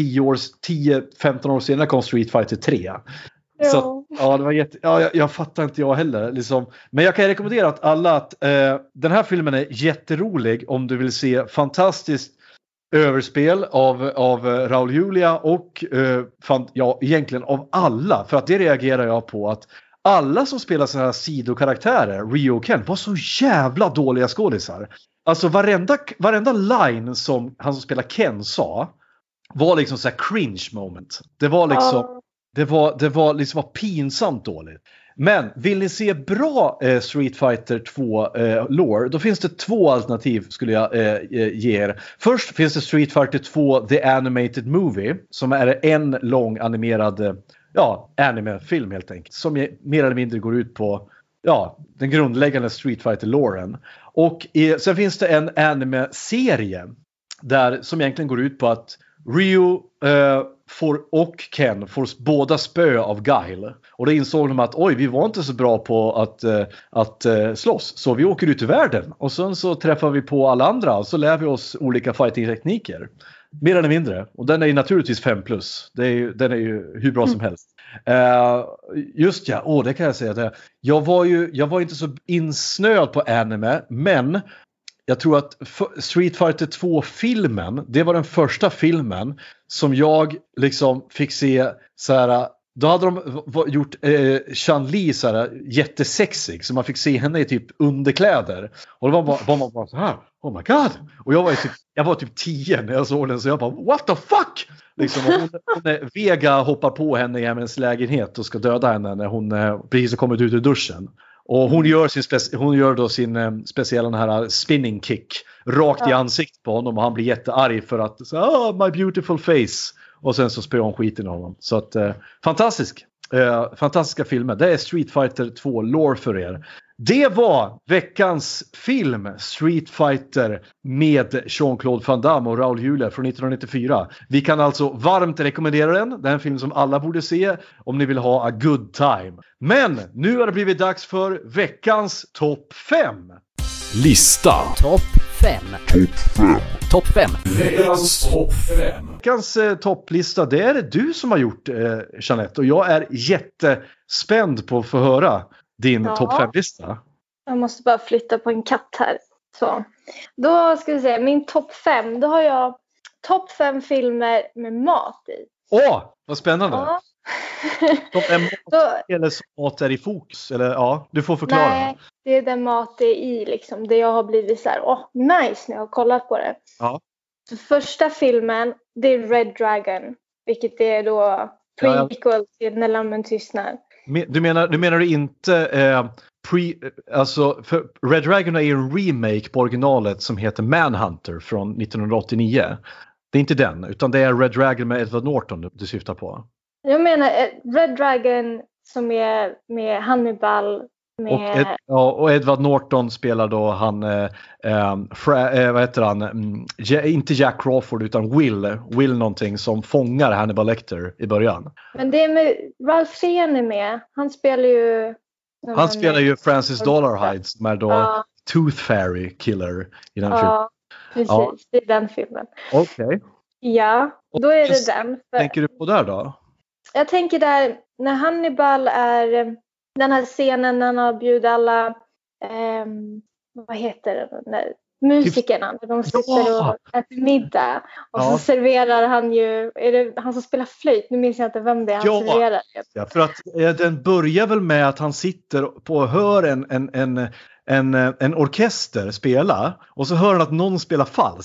tio femton år senare kom Street Fighter tre.
Ja.
Så ja, det var jätte, ja, jag, jag fattar inte jag heller liksom. Men jag kan rekommendera att alla att eh, den här filmen är jätterolig om du vill se fantastiskt överspel av, av Raul Julia och eh, fan, ja, egentligen av alla. För att det reagerar jag på att alla som spelar sådana här sidokaraktärer, Ryo och Ken, var så jävla dåliga skådisar. Alltså varenda, varenda line som han som spelar Ken sa var liksom så här cringe moment. Det var liksom,
Ja.
det var, det var liksom var pinsamt dåligt. Men vill ni se bra eh, Street Fighter två eh, lore, då finns det två alternativ skulle jag eh, ge er. Först finns det Street Fighter två The Animated Movie som är en lång animerad eh, ja, anime-film helt enkelt. Som är, mer eller mindre går ut på ja, den grundläggande Street Fighter-loren. Och eh, sen finns det en anime-serie där, som egentligen går ut på att Ryu eh, får, och Ken får båda spö av Guile. Och då insåg de att oj, vi var inte så bra på att, eh, att eh, slåss. Så vi åker ut i världen. Och sen så träffar vi på alla andra. Och så lär vi oss olika fighting-tekniker. Mer eller mindre. Och den är ju naturligtvis fem plus. Det är ju, den är ju hur bra som helst. Uh, just ja, åh, det kan jag säga. Det. Jag, var ju, jag var inte så insnöad på anime. Men jag tror att Street Fighter två-filmen, det var den första filmen som jag liksom fick se så här. Då hade de gjort eh, Chun-Li så här jättesexig, så man fick se henne i typ underkläder. Och då var man, var man bara så här, oh my god. Och jag var typ, jag var typ tio när jag såg den, så jag bara, what the fuck? Liksom, hon, hon, Vega hoppar på henne i hennes lägenhet och ska döda henne när hon eh, precis har kommit ut ur duschen. Och hon gör, sin speci- hon gör då sin eh, speciella den här spinning kick rakt i ansiktet på honom, och han blir jättearg för att så, oh, my beautiful face. Och sen så spör hon skiten av honom. Så att, eh, fantastisk. Eh, fantastiska filmer. Det är Street Fighter två lore för er. Det var veckans film Street Fighter med Jean-Claude Van Damme och Raul Julia från nittonhundranittiofyra. Vi kan alltså varmt rekommendera den. Det är en film som alla borde se om ni vill ha a good time. Men nu har det blivit dags för veckans topp fem.
Lista.
Topp fem. Topp fem.
Veckans topp fem.
Veckans eh, topplista, det är det du som har gjort, eh, Jeanette. Och jag är jättespänd på att få höra din
Ja.
topp fem-lista.
Jag måste bara flytta på en katt här. Så. Då ska vi se, min topp fem. Då har jag topp fem filmer med mat i.
Åh, vad spännande.
Ja.
Topp fem mat
Då,
eller så mat är i fokus. Eller ja, du får förklara.
nej, det är den mat det är i liksom. Det jag har blivit så här, åh, nice när jag har kollat på det.
Ja.
Så första filmen, det är Red Dragon. Vilket är då prequel till När lammen tystnar.
Du menar, du menar du inte eh, pre, alltså för Red Dragon är ju en remake på originalet som heter Manhunter från nittonhundraåttionio. Det är inte den, utan det är Red Dragon med Edward Norton du, du syftar på.
Jag menar eh, Red Dragon som är med Hannibal. Med...
Och, Ed, ja, och Edward Norton spelar då han, eh, eh, fra, eh, vad heter han, mm, ja, inte Jack Crawford utan Will, Will någonting som fångar Hannibal Lecter i början.
Men det är med Ralph Fiennes med. Han spelar ju...
Han spelar ju Francis Dollarhide som är då
ja.
Tooth Fairy Killer i den
Ja, precis.
Ja.
Det är den filmen.
Okej. Okay.
Ja, då är det den. För...
Vad tänker du på där då?
Jag tänker där när Hannibal är... Den här scenen när han har bjudit alla... Eh, vad heter det? När, musikerna. När de sitter
Ja.
och äter middag. Och
Ja.
så serverar han ju... Är det han som spelar flöjt? Nu minns jag inte vem det är han
Ja.
serverar.
Ja, för att eh, den börjar väl med att han sitter på och hör en, en, en, en, en orkester spela. Och så hör han att någon spelar falskt.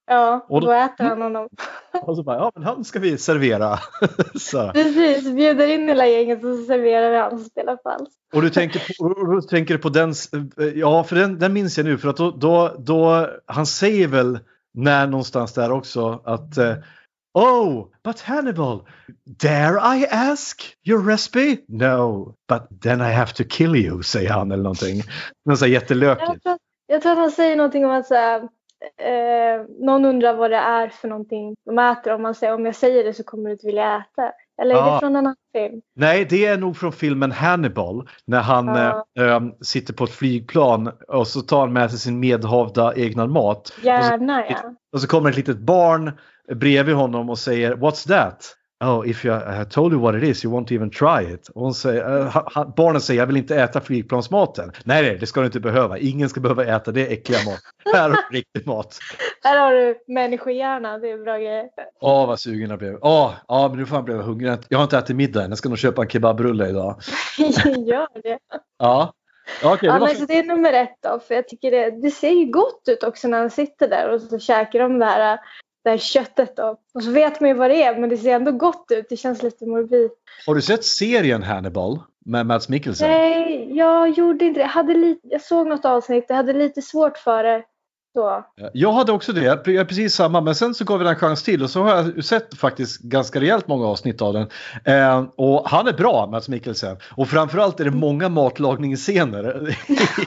Ja, och
Och
då,
då-
då äter han honom.
Och så bara, ja men han ska vi servera. Så.
Precis, bjuder in hela gänget och så serverar han och spelar falskt.
Och du tänker på, och du tänker på den, ja för den, den minns jag nu för att då, då, då han säger väl när någonstans där också att eh, oh, but Hannibal, dare I ask your recipe? No, but then I have to kill you, säger han eller någonting. Men så här jättelökigt.
Jag tror, jag tror att han säger någonting om att så här, eh, någon undrar vad det är för någonting de äter. Om man säger om jag säger det så kommer du inte vilja äta. Eller är
Ja.
det från en annan film?
Nej, det är nog från filmen Hannibal. När han
Ja.
eh, eh, sitter på ett flygplan och så tar han med sig sin medhavda egna mat.
Gärna, ja.
Och så kommer ett litet barn bredvid honom och säger what's that? Oh, if you, I told you what it is, you won't even try it. Och hon säger, uh, ha, ha, barnen säger, jag vill inte äta flygplansmaten. Nej, nej, det ska du inte behöva. Ingen ska behöva äta, det är äckliga mat. Här har du riktig mat.
Här har du människohjärna, det är bra grejer.
Åh, vad sugen jag blev. Åh, ja, men nu fan blev jag hungrig. Jag har inte ätit middag än, jag ska nog köpa en kebabrulle idag.
Gör det.
Ja, ja okej.
Ja,
det var
men så det är nummer ett då. För jag tycker det, det ser ju gott ut också när han sitter där och så käkar de det här, det här köttet då. Och så vet man ju vad det är, men det ser ändå gott ut. Det känns lite morbid.
Har du sett serien Hannibal med Mads Mikkelsen?
Nej, jag gjorde inte det. Jag, hade lite, jag såg något avsnitt, jag hade lite svårt för det. Så.
Jag hade också det, jag är precis samma, men sen så gav vi den en chans till och så har jag sett faktiskt ganska rejält många avsnitt av den. Eh, och han är bra, Mads Mikkelsen. Och framförallt är det många matlagningsscener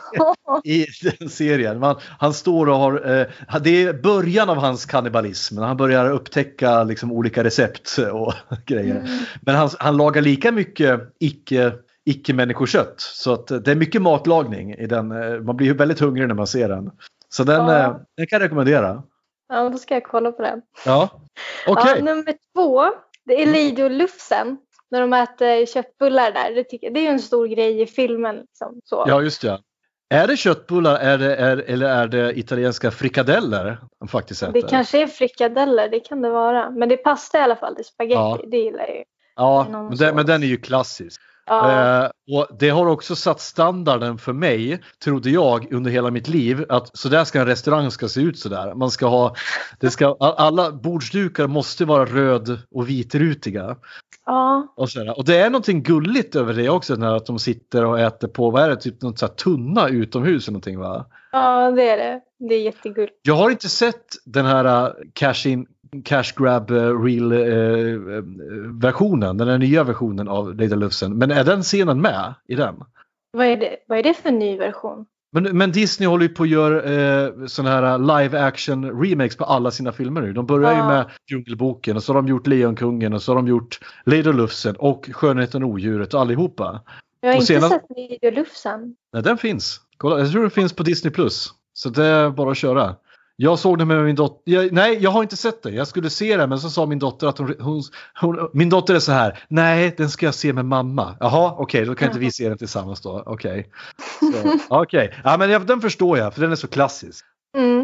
i, i den serien. Man, han står och har, eh, det är början av hans kannibalism, när han börjar upptäcka liksom olika recept och grejer. Mm. Men han, han lagar lika mycket icke icke-människokött, så att det är mycket matlagning i den. Man blir ju väldigt hungrig när man ser den. Så den, ja. den kan jag rekommendera.
Ja, då ska jag kolla på den.
Ja, okej. Okay.
Ja, nummer två, det är Lady och Lufsen. När de äter köttbullar där. Det, tycker, det är ju en stor grej i filmen. Liksom, så.
Ja, just det. Är det köttbullar är det, är, eller är det italienska frikadeller de faktiskt äter?
Det kanske är frikadeller, det kan det vara. Men det passar i alla fall till spaghetti, ja. Det gillar jag ju.
Ja, men den, men den är ju klassisk. Ja. Eh, och det har också satt standarden för mig, trodde jag under hela mitt liv, att så där ska en restaurang ska se ut så där. Man ska ha, det ska, alla bordsdukar måste vara röd och vitrutiga.
Ja.
Och, så där. Och det är någonting gulligt över det också, när att de sitter och äter på, vad är det, typ något så här tunna utomhus eller någonting, va?
Ja, det är det. Det är jättegulligt.
Jag har inte sett den här uh, cash in cash grab uh, real uh, versionen, den här nya versionen av Lady Lufsen. Men är den scenen med i den?
Vad är det, vad är det för ny version?
Men, men Disney håller ju på att göra uh, såna här live action remakes på alla sina filmer nu. De börjar ja. ju med Djungelboken och så har de gjort Lejonkungen och så har de gjort Lady Lufsen och Skönheten och odjuret och allihopa.
Jag har
och
inte
senast...
sett Lady Lufsen.
Nej, den finns. Kolla, jag tror den finns på Disney plus. Så det är bara att köra. Jag såg den med min dotter. Jag, nej, jag har inte sett den. Jag skulle se den, men så sa min dotter att hon, hon, hon min dotter är så här. Nej, den ska jag se med mamma. Jaha, okej, okay, då kan inte vi se den tillsammans då. Okej. Okay. Okej. Okay. Ja, men jag, den förstår jag, för den är så klassisk.
Mm.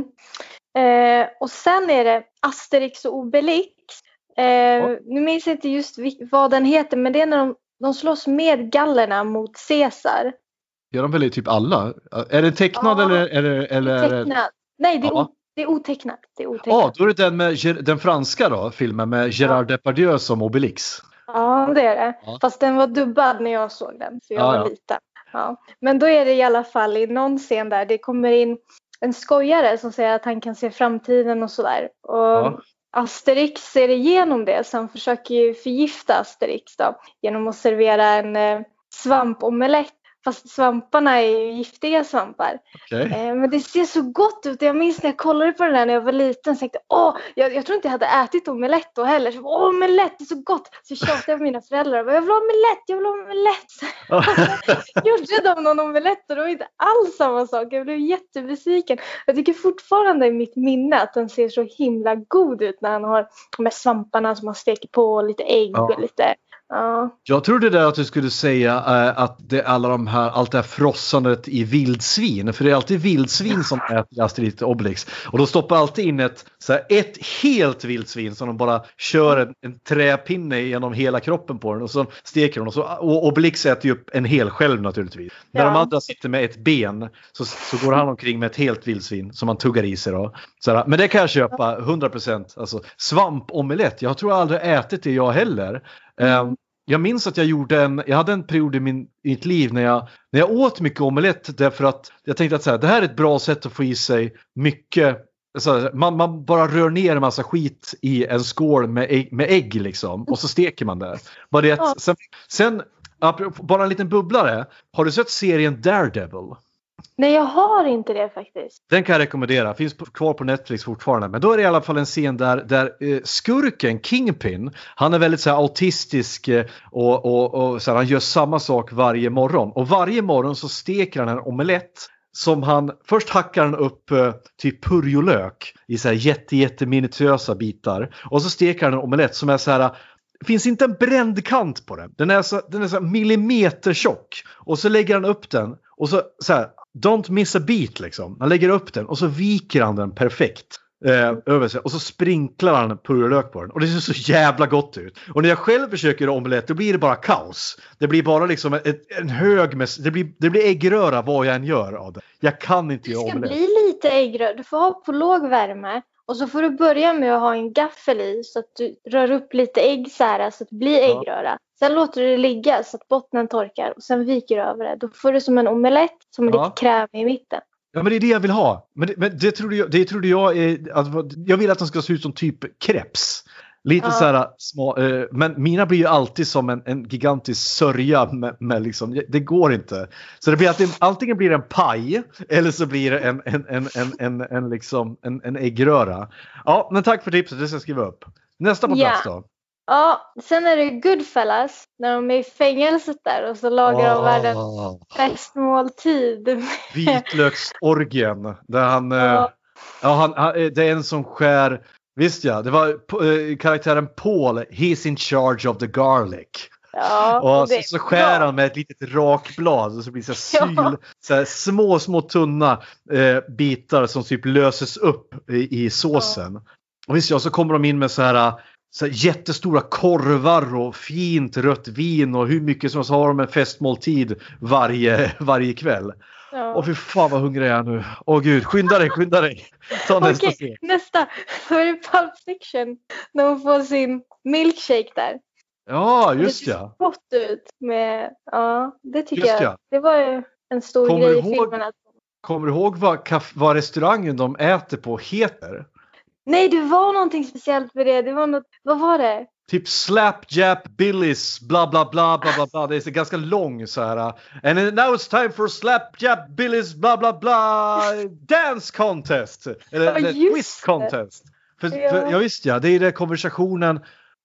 Eh, och sen är det Asterix och Obelix. Eh, ja. Nu minns jag inte just vad den heter, men det är när de, de slåss med gallerna mot Caesar.
Gör de väl i typ alla? Är det tecknad ja. eller? eller, eller
tecknad. Nej, det är, ja. o, det är otecknat. Det är otecknat.
Ja, då är det den, med, den franska då, filmen med Gérard ja. Depardieu som Obelix.
Ja, det är det. Ja. Fast den var dubbad när jag såg den, för jag ja, var ja. liten. Ja. Men då är det i alla fall i någon scen där det kommer in en skojare som säger att han kan se framtiden och sådär. Och ja. Asterix ser igenom det, så han försöker ju förgifta Asterix då, genom att servera en eh, svampomelett. Fast svamparna är ju giftiga svampar. Okay. Eh, men det ser så gott ut. Jag minns när jag kollade på den där när jag var liten. Så tänkte åh, jag, jag tror inte jag hade ätit omelett då heller. Så, åh, omelett är så gott. Så tjatade jag på mina föräldrar. Jag vill ha omelett, jag vill ha omelett. Gjorde de någon omelett och det var inte alls samma sak. Jag blev jättebesviken. Jag tycker fortfarande i mitt minne att den ser så himla god ut när han har de här svamparna som man steker på och lite ägg ja. och lite Ja.
Jag trodde där att du skulle säga äh, att det är alla de här, allt det här frossandet i vildsvin. För det är alltid vildsvin som äter Asterix och Obelix. Och de stoppar alltid in ett, så här, ett helt vildsvin som de bara kör en, en träpinne genom hela kroppen på den. Och så steker de. Och, så, och Obelix äter ju upp en hel själv naturligtvis. Ja. När de andra sitter med ett ben så, så går han omkring med ett helt vildsvin som man tuggar i sig då. Så här, men det kan jag köpa hundra procent. Alltså, svampomelett, jag tror jag aldrig ätit det jag heller. Mm. Um, Jag minns att jag gjorde en, jag hade en period i, min, i mitt liv när jag, när jag åt mycket omelett därför att jag tänkte att så här, det här är ett bra sätt att få i sig mycket, alltså, man, man bara rör ner en massa skit i en skål med ägg, med ägg liksom och så steker man det. Bara det att, sen, sen, bara en liten bubblare, har du sett serien Daredevil?
Nej, jag har inte det faktiskt.
Den kan jag rekommendera. Finns kvar på Netflix fortfarande. Men då är det i alla fall en scen där, där eh, skurken, Kingpin, han är väldigt så här, autistisk eh, och, och, och så här, han gör samma sak varje morgon. Och varje morgon så steker han en omelett som han, först hackar han upp eh, typ purjolök i så här jätte, jätte minutiösa bitar. Och så steker han en omelett som är så här, det finns inte en bränd kant på den. Den är så, den är så millimeter tjock. Och så lägger han upp den och så, så här, don't miss a beat liksom. Han lägger upp den och så viker han den perfekt eh, över sig. Och så sprinklar han purjolök på den. Och det ser så jävla gott ut. Och när jag själv försöker göra omelett, då blir det bara kaos. Det blir bara liksom ett, en hög med, det blir, det blir äggröra vad jag än gör av det. Jag kan inte göra omelett.
Det ska bli lite äggröra. Du får ha på låg värme. Och så får du börja med att ha en gaffel i så att du rör upp lite ägg så här så att det blir äggröra. Ja. Sen låter du det ligga så att bottnen torkar och sen viker du över det. Då får du som en omelett som är ja. lite kräm i mitten.
Ja, men det är det jag vill ha. Men det, men det trodde jag, det trodde jag är, att, jag vill att den ska se ut som typ crepes. Lite ja. så här små, eh, men mina blir ju alltid som en, en gigantisk sörja med, med liksom, det går inte. Så det blir alltid, antingen blir det en paj eller så blir det en, en, en, en, en, en, liksom, en, en äggröra. Ja, men tack för tipset, det ska jag skriva upp. Nästa på plats då.
Ja, sen är det Goodfellas när de är i fängelset där och så lagar oh. de världens festmåltid.
Vitlöksorgien där han, ja. Ja, han, han, det är en som skär. Visst ja, det var eh, karaktären Paul, he's in charge of the garlic.
Ja,
och så, så skär han med ett litet rakblad och så blir det så här syl, ja. så här små, små tunna eh, bitar som typ löses upp i, i såsen. Ja. Och visst ja, så kommer de in med så här, så här jättestora korvar och fint rött vin och hur mycket som så har de en festmåltid varje, varje kväll. Ja. Och fy fan vad hungrig jag är nu. Åh gud, skynda dig, skynda dig. Ta nästa
Okej,
scen.
nästa. Då är det Pulp Fiction. När hon får sin milkshake där.
Ja, just
det
ja.
Det ser gott ut med, ja, det tycker
just
jag.
Ja.
Det var ju en stor
kommer
grej i
ihåg,
filmen. Att...
Kommer du ihåg vad, kaff, vad restaurangen de äter på heter?
Nej, det var någonting speciellt med det. Det var något, vad var det?
Typ Slapjap Billis bla bla bla bla bla bla. Det är så ganska lång så här. And now it's time for Slapjap Billis bla bla bla dance contest. Eller, eller twist contest. För, ja. för jag visste ja, det är det konversationen.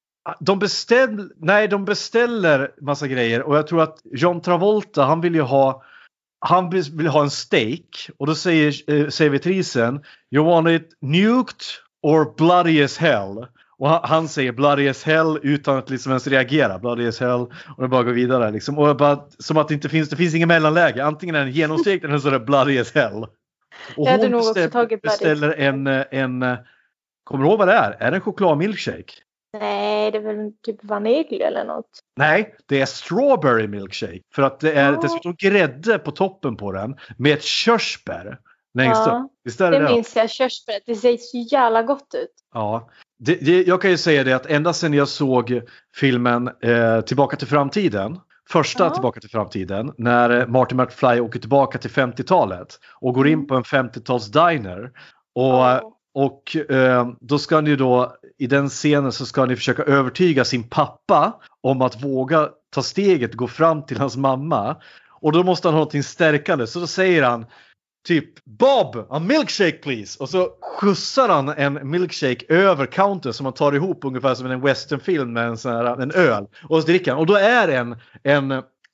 De beställer, nej de beställer massa grejer och jag tror att John Travolta, han vill ju ha han vill ha en steak och då säger eh, servitrisen, you want it nuked or bloody as hell? Och han, han säger bloody as hell utan att liksom ens reagera. Bloody as hell. Och det bara går vidare liksom. Och bara, som att det inte finns, det finns ingen mellanläge. Antingen är den genomstekt eller så är det bloody as hell. Och
jag
hon beställer, beställer en, en, kommer du ihåg vad det är? Är det en chokladmilkshake?
Nej, det är väl typ vanilj eller något.
Nej, det är strawberry milkshake. För att det är oh. dessutom grädde på toppen på den. Med ett körsbär. Längst
ja,
upp. Visst är
det,
det
minns jag, körsbäret. Det ser så jävla gott ut.
Ja, det, det, jag kan ju säga det att ända sedan jag såg filmen eh, Tillbaka till framtiden. Första ja. Tillbaka till framtiden. När Marty McFly åker tillbaka till femtiotalet. Och går in på en femtiotals diner. Och... Ja. Och eh, då ska ni då, i den scenen så ska ni försöka övertyga sin pappa om att våga ta steget, gå fram till hans mamma. Och då måste han ha någonting stärkande. Så då säger han typ, Bob, a milkshake please. Och så skjutsar han en milkshake över counter som man tar ihop ungefär som en westernfilm med en, sån här, en öl. Och så dricker han. Och då är det en, en,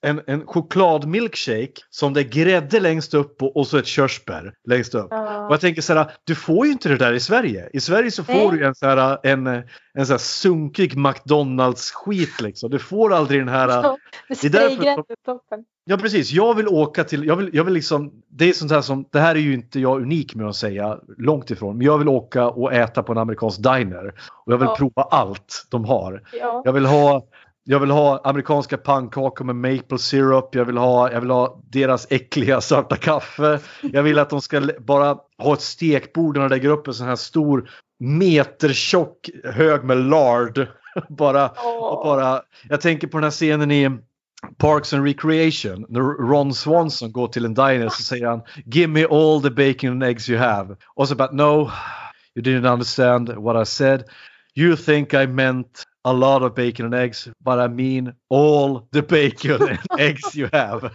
en, en chokladmilkshake som det är grädde längst upp och, och så ett körsbär längst upp.
Ja.
Och jag tänker så här, du får ju inte det där i Sverige. I Sverige så får
Nej.
du en så här, en, en så här sunkig McDonalds-skit liksom. Du får aldrig den här...
Ja, med
det är därför-
spraygrädde på toppen.
Ja, precis. Jag vill åka till... Jag vill, jag vill liksom... Det är sånt här som... Det här är ju inte jag unik med att säga. Långt ifrån. Men jag vill åka och äta på en amerikansk diner. Och jag vill
Ja.
prova allt de har.
Ja.
Jag vill ha... Jag vill ha amerikanska pannkakor med maple syrup. Jag vill ha, jag vill ha deras äckliga svarta kaffe. Jag vill att de ska l- bara ha ett stekbord när de lägger upp en sån här stor metertjock hög med lard. bara, och bara, jag tänker på den här scenen i Parks and Recreation. När Ron Swanson går till en diner så säger han "Give me all the bacon and eggs you have." Och så bara "No, you didn't understand what I said. You think I meant a lot of bacon and eggs, but I mean all the bacon and eggs you have."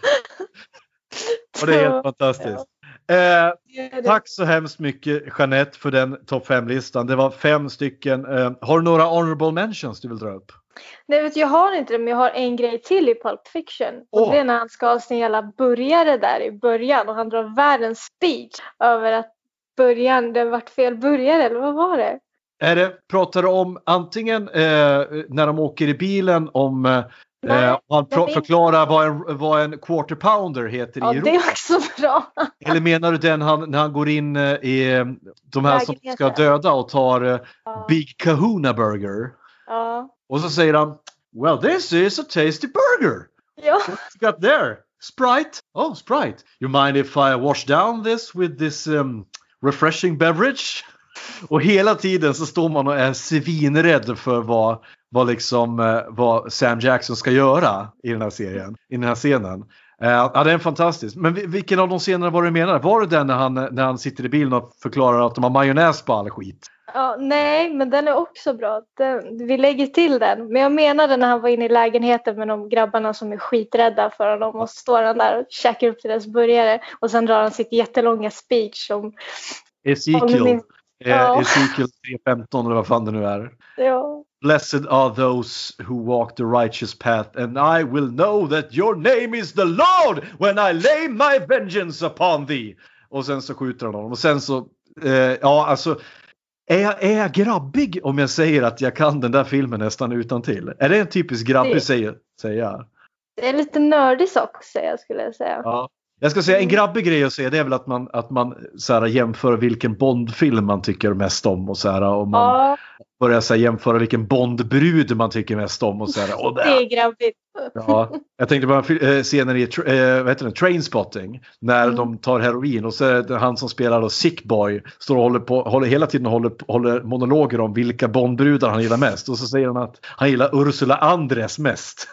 Och det är helt fantastiskt. Eh, tack så hemskt mycket Jeanette för den topp fem-listan. Det var fem stycken. Eh, har du några honorable mentions du vill dra upp?
Nej, vet, jag har inte det, men jag har en grej till i Pulp Fiction. Och
Åh.
det är när han ska ha sin jävla burgare där i början. Och han drar världens speech över att början, det vart fel burgare, eller vad var det?
Är det, pratar du om antingen eh, när de åker i bilen om eh,
Nej,
han
jag
pra-
vet
förklarar vad en, vad en quarter pounder heter
Ja,
i
det
Europa?
är också bra.
Eller menar du den han, när han går in eh, i eh, de här som ska
Lägenheten.
döda och tar eh,
Ja.
Big Kahuna Burger?
Ja.
Och så säger han "Well, this is a tasty burger.
Ja.
What you got there? Sprite? Oh, Sprite. You mind if I wash down this with this um, refreshing beverage?" Och hela tiden så står man och är svinrädd för vad, vad, liksom, eh, vad Sam Jackson ska göra i den här serien, i den här scenen. Uh, ja, det är fantastiskt. Men vi- vilken av de scenerna var det du menar? Var det den när han, när han sitter i bilen och förklarar att de har majonnäs på all skit?
Ja, nej, men den är också bra. Den, vi lägger till den. Men jag menade när han var inne i lägenheten med de grabbarna som är skiträdda för honom. Och så står han där och käkar upp deras burgare. Och sen drar han sitt jättelånga speech om...
Ezekiel.
Om
Eh,
Ja.
Ezekiel tre femton eller vad fan det nu är.
Ja,
Blessed are those who walk the righteous path, and I will know that your name is the Lord when I lay my vengeance upon thee. Och sen så skjuter han honom. Och sen så, eh, ja alltså, är jag, är jag grabbig om jag säger att jag kan den där filmen nästan utan till? Är det en typisk grabbig
Det-
säger, säga?
det är lite nördig sak att säga, skulle jag säga.
Ja. Jag ska säga en grabbig grej att säga, det är väl att man, att man så här, jämför vilken Bondfilm man tycker mest om och så här, och man
Ja,
börjar så här, jämföra vilken Bondbrud man tycker mest om och så här, och
det är grabbigt.
ja, jag tänkte på äh, scenen i äh, vad heter det, Trainspotting när
Mm.
de tar heroin och så är det han som spelar då Sick Boy står och håller, på, håller hela tiden och håller, håller monologer om vilka Bondbrudar han gillar mest och så säger han att han gillar Ursula Andress mest.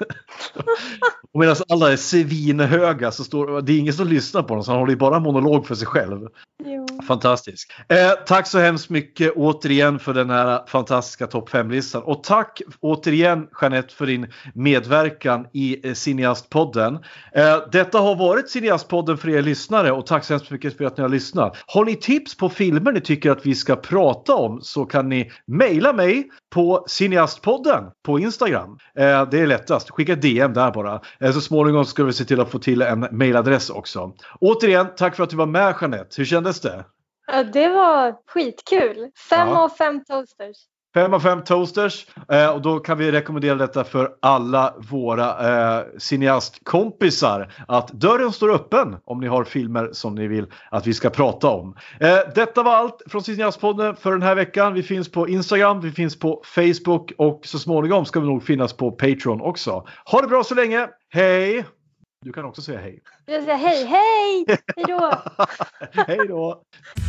Och medan alla är svinhöga så står det är ingen som lyssnar på honom så han håller ju bara monolog för sig själv.
Jo.
Fantastisk. Eh, tack så hemskt mycket återigen för den här fantastiska topp fem-listan. Och tack återigen Jeanette för din medverkan i eh, Cineastpodden. Eh, detta har varit Cineastpodden för er lyssnare och tack så hemskt mycket för att ni har lyssnat. Har ni tips på filmer ni tycker att vi ska prata om så kan ni mejla mig på Cineastpodden på Instagram. Eh, det är lättast. Skicka D M där bara. Eh, så småningom ska vi se till att få till en mejladress också. Återigen, tack för att du var med Jeanette. Hur kändes det?
Ja, det var skitkul. Fem
Ja.
av fem toasters.
Fem av fem toasters. Eh, och då kan vi rekommendera detta för alla våra eh, cineastkompisar. Att dörren står öppen om ni har filmer som ni vill att vi ska prata om. Eh, detta var allt från Cineastpodden för den här veckan. Vi finns på Instagram, vi finns på Facebook och så småningom ska vi nog finnas på Patreon också. Ha det bra så länge. Hej! Du kan också säga hej.
Jag säger hej, hej! Hej då!
Hej då!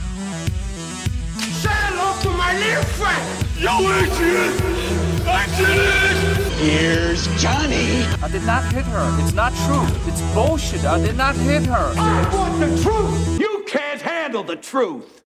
Say hello to my little friend! Yo, Adrian! Adrian!
Here's Johnny.
I did not hit her. It's not true. It's bullshit. I did not hit her.
I want the truth! You can't handle the truth!